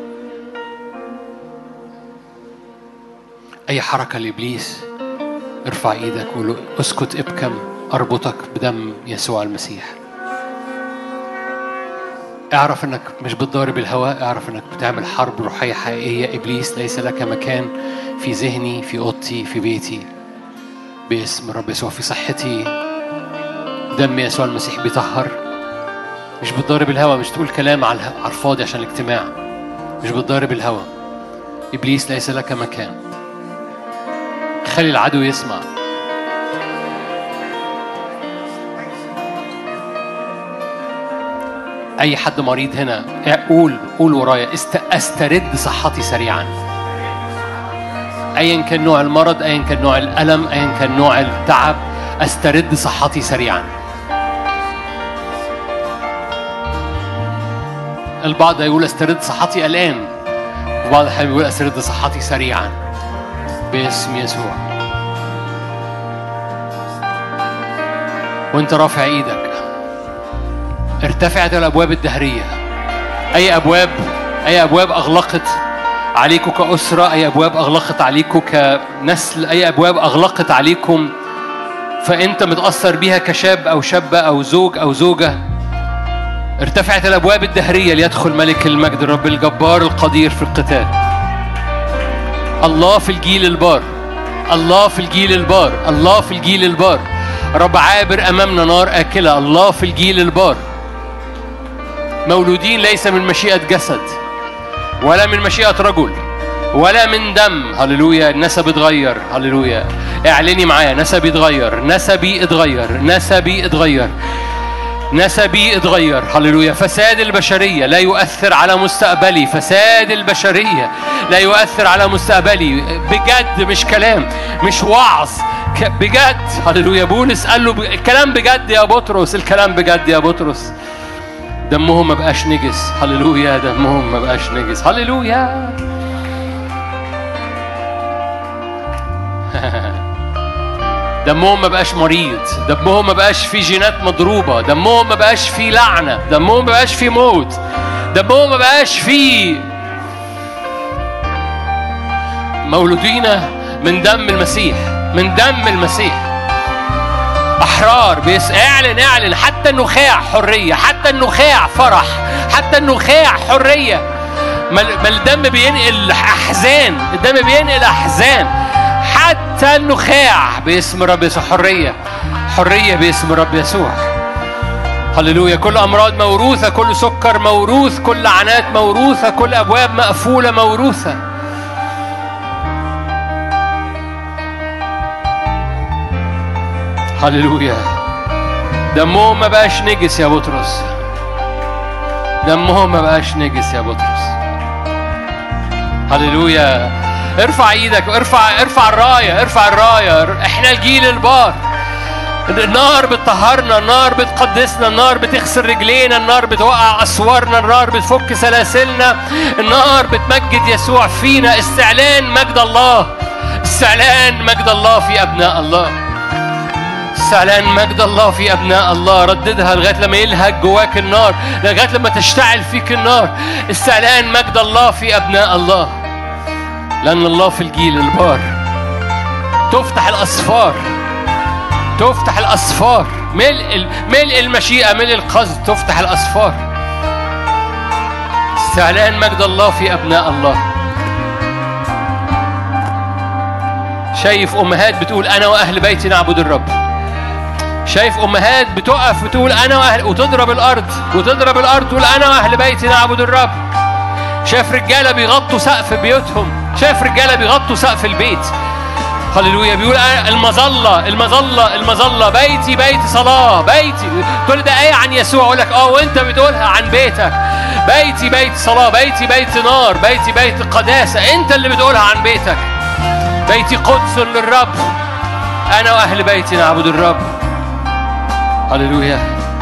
اي حركه لابليس ارفع ايدك وقول اسكت ابكم، اربطك بدم يسوع المسيح. اعرف انك مش بتضارب الهواء، اعرف انك بتعمل حرب روحية حقيقية. ابليس ليس لك مكان في ذهني، في اوضتي، في بيتي. باسم رب يسوع، في صحتي دم يسوع المسيح بيطهر. مش بتضارب الهواء، مش تقول كلام على الفاضي عشان الاجتماع. مش بتضارب الهواء. ابليس ليس لك مكان. خلي العدو يسمع. أي حد مريض هنا قول ورايا أسترد صحتي سريعا. أيا كان نوع المرض، أيا كان نوع الألم، أيا كان نوع التعب، أسترد صحتي سريعا. البعض يقول أسترد صحتي الآن، وبعض الحين يقول أسترد صحتي سريعا باسم يسوع. وانت رافع ايدك ارتفعت الابواب الدهريه. اي ابواب اغلقت عليكم كاسره، اي ابواب اغلقت عليكم كنسل، اي ابواب اغلقت عليكم فانت متاثر بيها كشاب او شابه او زوج او زوجه. ارتفعت الابواب الدهريه ليدخل ملك المجد الرب الجبار القدير في القتال. الله في الجيل البار، الله في الجيل البار، الله في الجيل البار. رب عابر امامنا نار اكله. الله في الجيل البار. مولودين ليس من مشيئة جسد ولا من مشيئة رجل ولا من دم. هللويا. النسب اتغير. هللويا. اعلني معايا نسبي اتغير، نسبي اتغير، نسبي اتغير، نسبي اتغير. هللويا. فساد البشرية لا يؤثر على مستقبلي. فساد البشرية لا يؤثر على مستقبلي. بجد، مش كلام، مش وعظ، بجد. هللويا. بولس قال له الكلام بجد يا بطرس، الكلام بجد يا بطرس. دمهم ما بقاش نجس. هللويا. دمهم ما بقاش نجس. هللويا. دمهم ما بقاش مريض. دمهم ما بقاش فيه جينات مضروبة. دمهم ما بقاش فيه لعنة. دمهم ما بقاش فيه موت. دمهم ما بقاش فيه. مولودين من دم المسيح، من دم المسيح. أحرار. اعلن حتى النخاع حرية، حتى النخاع فرح، حتى النخاع حرية. ما الدم بينقل أحزان، الدم بينقل أحزان. حتى النخاع باسم رب يسوع حرية، حرية باسم رب يسوع. هللويا. كل أمراض موروثة، كل سكر موروث، كل لعنات موروثة، كل أبواب مقفولة موروثة. هللويا. دمهم ما بقاش نجس يا بطرس. دمهم ما بقاش نجس يا بطرس. هللويا. ارفع ايدك، ارفع الراية، ارفع الراية. احنا الجيل البار. النار بتطهرنا، النار بتقدسنا، النار بتغسل رجلينا، النار بتوقع اسوارنا، النار بتفك سلاسلنا، النار بتمجد يسوع فينا. استعلان مجد الله، استعلان مجد الله في ابناء الله، استعلان مجد الله في ابناء الله. رددها لغايه لما يلهج جواك النار، لغايه لما تشتعل فيك النار. استعلان مجد الله في ابناء الله، لان الله في الجيل البار. تفتح الاسفار، تفتح الاسفار. ملء المشيئه، ملء القصد. تفتح الاسفار. استعلان مجد الله في ابناء الله. شايف امهات بتقول انا واهل بيتي نعبد الرب. شايف امهات بتقف بتقول انا واهل، وتضرب الارض تقول انا واهل بيتي نعبد الرب. شايف رجاله بيغطوا سقف بيوتهم شايف رجالة بيغطوا سقف البيت. هللويا. بيقول المظلة بيتي بيت صلاة. بيتي تقول ده آية عن يسوع، أقول لك وأنت بتقولها عن بيتك. بيتي بيت صلاة، بيتي بيت نار، بيتي بيت قداسة. أنت اللي بتقولها عن بيتك. بيتي قدس للرب، أنا وأهل بيتي نعبد الرب. هللويا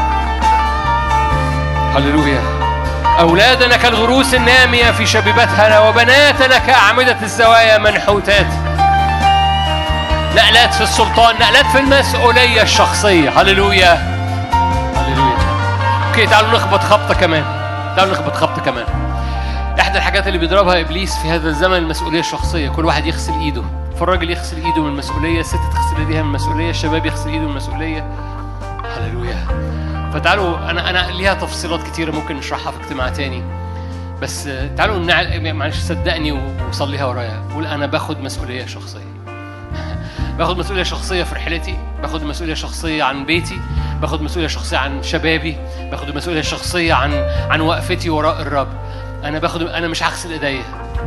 هللويا. أولادنا كالغروس النامية في شبيبتها، وبناتنا كأعمدة الزوايا منحوتات. نقلات في السلطان، نقلات في المسؤولية الشخصية. هللويا هللويا. اوكي، تعالوا نخبط خبطة كمان. احدى الحاجات اللي بيضربها ابليس في هذا الزمن المسؤولية الشخصية. كل واحد يغسل ايده، فالراجل يغسل ايده من المسؤولية، الست تغسل ايديها من المسؤولية، الشباب يغسل ايده من المسؤولية. هللويا. فتعالوا، انا ليها تفصيلات كتيرة ممكن نشرحها في اجتماع تاني، بس تعالوا معلش صدقني وصليها ورايا. قول انا باخد مسؤولية شخصية. باخد مسؤولية شخصية في رحلتي، باخد مسؤولية شخصية عن بيتي، باخد مسؤولية شخصية عن شبابي، باخد مسؤولية شخصية عن وقفتي وراء الرب. أنا مش هغسل إيديا.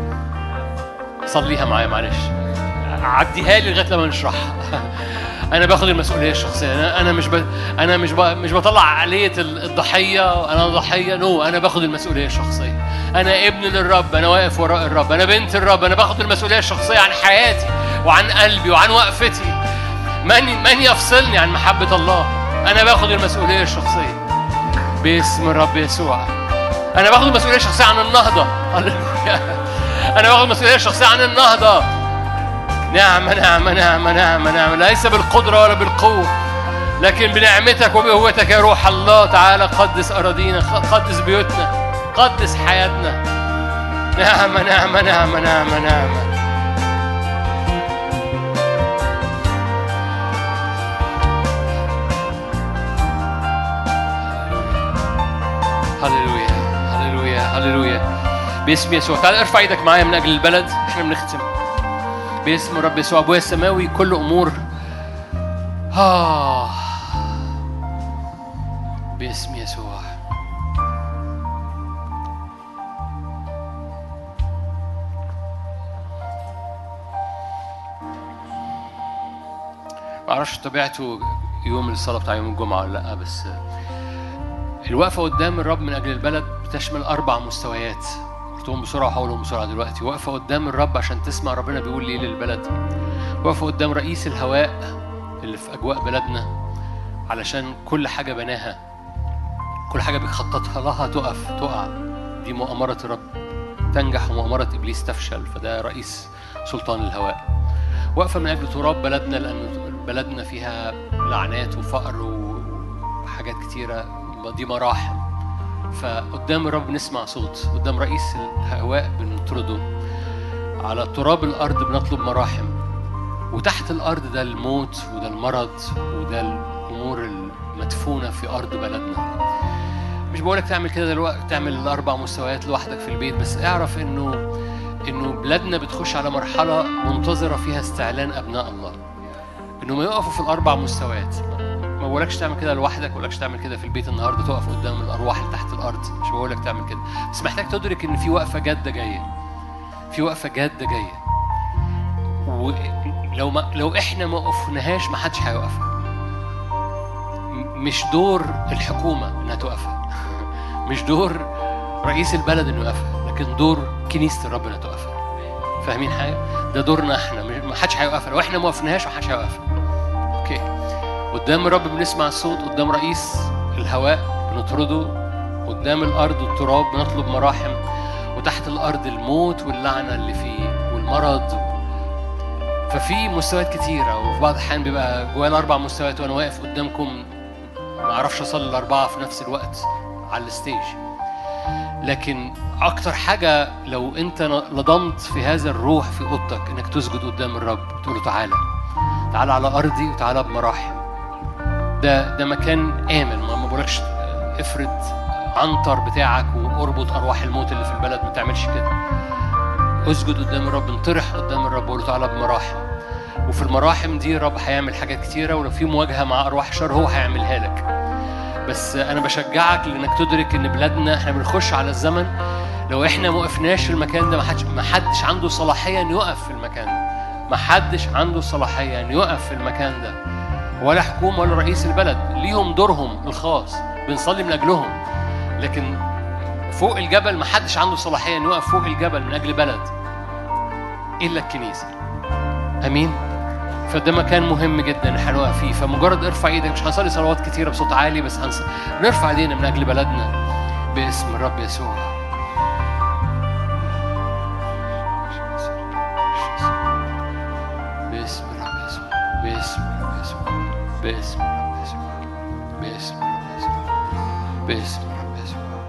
صليها معايا معلش، عديها لي لغاية لما نشرحها. أنا باخد المسؤولية الشخصية. أنا مش بطلع عقلية الضحية. أنا ضحية، أنا باخد المسؤولية الشخصية. أنا ابن للرب، أنا واقف وراء الرب، أنا بنت الرب. أنا باخد المسؤولية الشخصية عن حياتي وعن قلبي وعن وقفتي. من يفصلني عن محبة الله؟ أنا باخد المسؤولية الشخصية باسم الرب يسوع. أنا باخد المسؤولية الشخصية عن النهضة. أنا باخد المسؤولية الشخصية عن النهضة. نعم. ليس بالقدرة ولا بالقوة، لكن بنعمتك وبقوتك يا روح الله. تعالى قدس أراضينا، قدس بيوتنا، قدس حياتنا. نعم. هللويا باسم يسوع. تعال ارفع ايدك معايا من اجل البلد، احنا بنختم باسم رب يسوع. ابويا السماوي، كل امور باسم يسوع. ما اعرفش طبيعته يوم الصلاه بتاع يوم الجمعه ولا لا، بس الوقفة قدام الرب من أجل البلد بتشمل 4 مستويات. قلتهم بسرعة وحاولهم بسرعة دلوقتي. وقفة قدام الرب عشان تسمع ربنا بيقول ليه للبلد. وقفة قدام رئيس الهواء اللي في أجواء بلدنا، علشان كل حاجة بناها، كل حاجة بيخططها لها تقع. دي مؤامرة الرب تنجح ومؤامرة إبليس تفشل، فده رئيس سلطان الهواء. وقفة من أجل تراب بلدنا، لأن بلدنا فيها لعنات وفقر وحاجات كتيرة، دي مراحم. فقدام الرب نسمع صوت، قدام رئيس الهواء بنطرده، على تراب الأرض بنطلب مراحم، وتحت الأرض ده الموت وده المرض وده الأمور المدفونة في أرض بلدنا. مش بقولك تعمل كده دلوقتي، تعمل ال4 مستويات لوحدك في البيت، بس اعرف إنه بلادنا بتخش على مرحلة منتظرة فيها استعلان أبناء الله، إنه ما يقفوا في ال4 مستويات. ما بقولكش تعمل كده لوحدك، ما بقولكش تعمل كده في البيت النهارده تقف قدام الارواح اللي تحت الارض، مش بقولك تعمل كده، بس محتاج تدرك ان في وقفه جاده جايه، في وقفه جاده جايه. ولو احنا ما وقفناهاش ما حدش هيوقفها. مش دور الحكومه انها توقفها، مش دور رئيس البلد انه يوقفها، لكن دور كنيسه الرب انها توقفها. فاهمين حاجه؟ ده دورنا احنا، ما حدش هيوقفها. لو احنا ما وقفناهاش ما حدش هيوقفها. اوكي، قدام الرب بنسمع الصوت، قدام رئيس الهواء بنطرده، قدام الأرض والتراب بنطلب مراحم، وتحت الأرض الموت واللعنة اللي فيه والمرض. ففي مستويات كتيرة، وفي بعض الأحيان بيبقى جوايا ال4 مستويات وأنا واقف قدامكم ما أعرفش أصلي ال4 في نفس الوقت على الستيج. لكن أكتر حاجة لو أنت لضمت في هذا الروح في أوضتك إنك تسجد قدام الرب، تقول له تعالى على أرضي وتعالى بمراحم. ده مكان آمن. ما بقولكش افرد عنتر بتاعك واربط أرواح الموت اللي في البلد، ما تعملش كده. اسجد قدام الرب، انطرح قدام الرب وقول له تعالى بمراحم. وفي المراحم دي الرب هيعمل حاجات كتيرة، ولو في مواجهة مع أرواح شر هو هيعملها لك. بس أنا بشجعك لأنك تدرك إن بلادنا إحنا بنخش على الزمن لو احنا ما وقفناش في المكان ده ما حدش عنده صلاحية ان يقف في المكان ده. ما حدش عنده صلاحية ان يقف في المكان ده، ولا حكومة ولا رئيس البلد. ليهم دورهم الخاص، بنصلي من اجلهم، لكن فوق الجبل ما حدش عنده صلاحية ان يقف فوق الجبل من اجل بلد الا الكنيسة. امين. فده مكان مهم جدا احنا نقف فيه. فمجرد ارفع ايدك، مش هنصلي صلوات كتيرة بصوت عالي، بس نرفع ايدينا من اجل بلدنا باسم الرب يسوع. باسم الرب يسوع، باسم الرب يسوع، باسم الرب يسوع، باسم الرب يسوع، باسم الرب يسوع.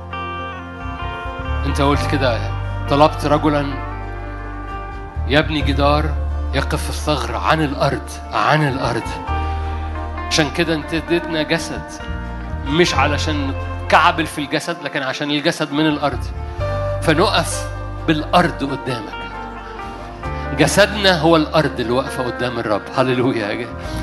انت قلت كده، طلبت رجلا يبني جدار يقف في الثغر عن الارض، عن الارض. عشان كده انت اديتنا جسد، مش علشان كعبل في الجسد، لكن عشان الجسد من الارض، فنقف بالارض قدامك. جسدنا هو الارض اللي واقفه قدام الرب. هللويا.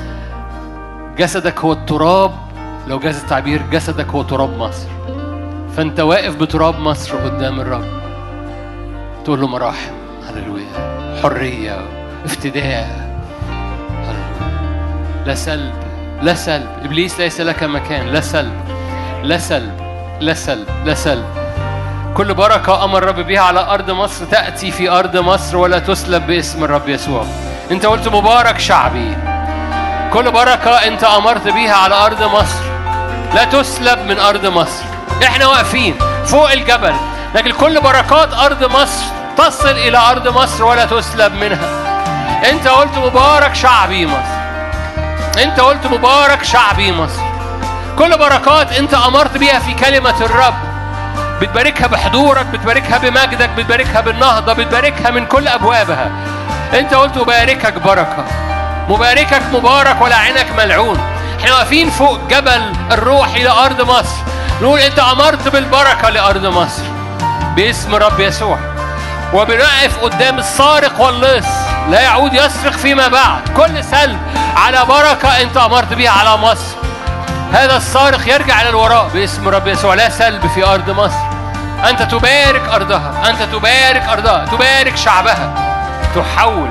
جسدك هو التراب، لو جاز التعبير جسدك هو تراب مصر. فانت واقف بتراب مصر قدام الرب، تقول له مراحم. هللويا. حريه، افتداء. هللويا. لا سلب، لا سلب. ابليس ليس لك مكان. لا سلب، لا سلب، لا سلب، لا سلب. كل بركة أمر الرب بها على أرض مصر تأتي في أرض مصر ولا تسلب باسم الرب يسوع. أنت قلت مبارك شعبي. كل بركة أنت أمرت بها على أرض مصر لا تسلب من أرض مصر. إحنا واقفين فوق الجبل، لكن كل بركات أرض مصر تصل إلى أرض مصر ولا تسلب منها. أنت قلت مبارك شعبي مصر. أنت قلت مبارك شعبي مصر. كل بركات أنت أمرت بها في كلمة الرب بتباركها بحضورك، بتباركها بمجدك، بتباركها بالنهضة، بتباركها من كل أبوابها. أنت قلت مباركك بركة، مباركك مبارك ولعنك ملعون. احنا واقفين فوق جبل الروح إلى أرض مصر، نقول أنت أمرت بالبركة لأرض مصر باسم رب يسوع. وبنقف قدام السارق واللص لا يعود يسرق فيما بعد. كل سلب على بركة أنت أمرت بها على مصر، هذا السارق يرجع إلى الوراء باسم رب يسوع. لا سلب في أرض مصر. أنت تبارك أرضها، أنت تبارك أرضها، تبارك شعبها، تحول،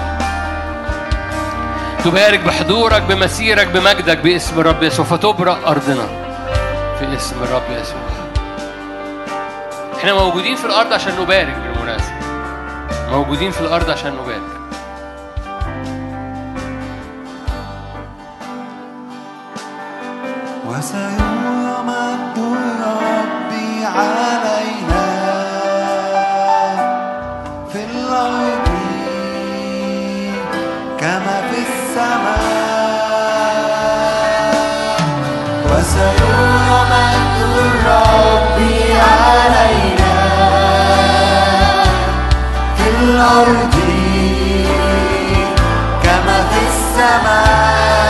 تبارك بحضورك، بمسيرك، بمجدك باسم رب يسوع. فتبرأ أرضنا في اسم رب يسوع. احنا موجودين في الأرض عشان نبارك. بالمناسبة موجودين في الأرض عشان نبارك. وسيمد ربي علينا في الأرض كما في السماء. وسيمد ربي علينا في الأرض كما في السماء.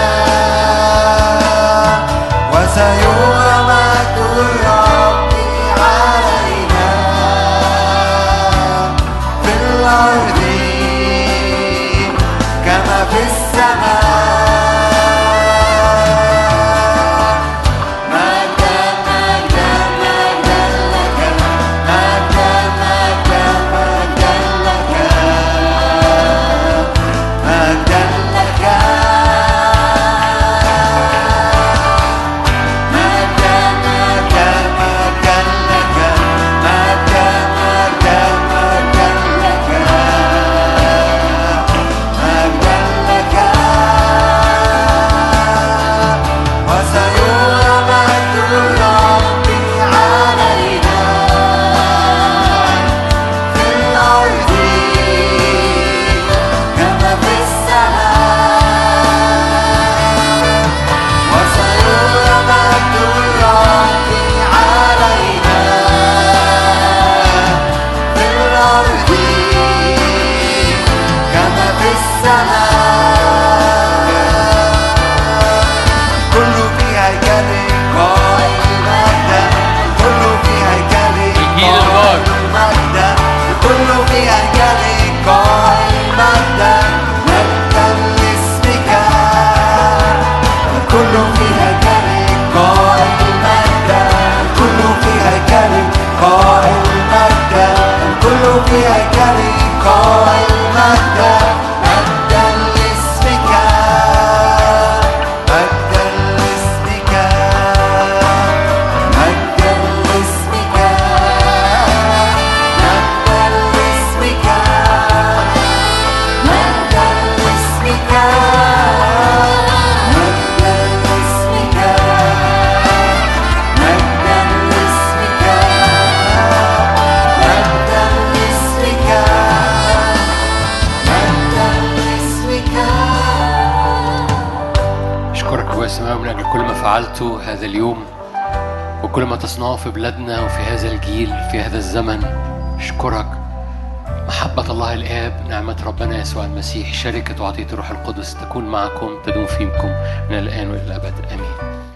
وسيمد ربي علينا في الأرض كما في السماء. مجدا مجدا مجدا لك، مجدا مجدا مجدا لك، مجدا لك. مجدا لك أبويا السماوي، من أجل كل ما فعلته هذا اليوم وكل ما تصنعه في بلادنا وفي هذا الجيل في هذا الزمن، أشكرك. محبة الله الآب، نعمة ربنا يسوع المسيح، شركة وعطية الروح القدس تكون معكم، تدوم فيكم من الآن وإلى الأبد. آمين.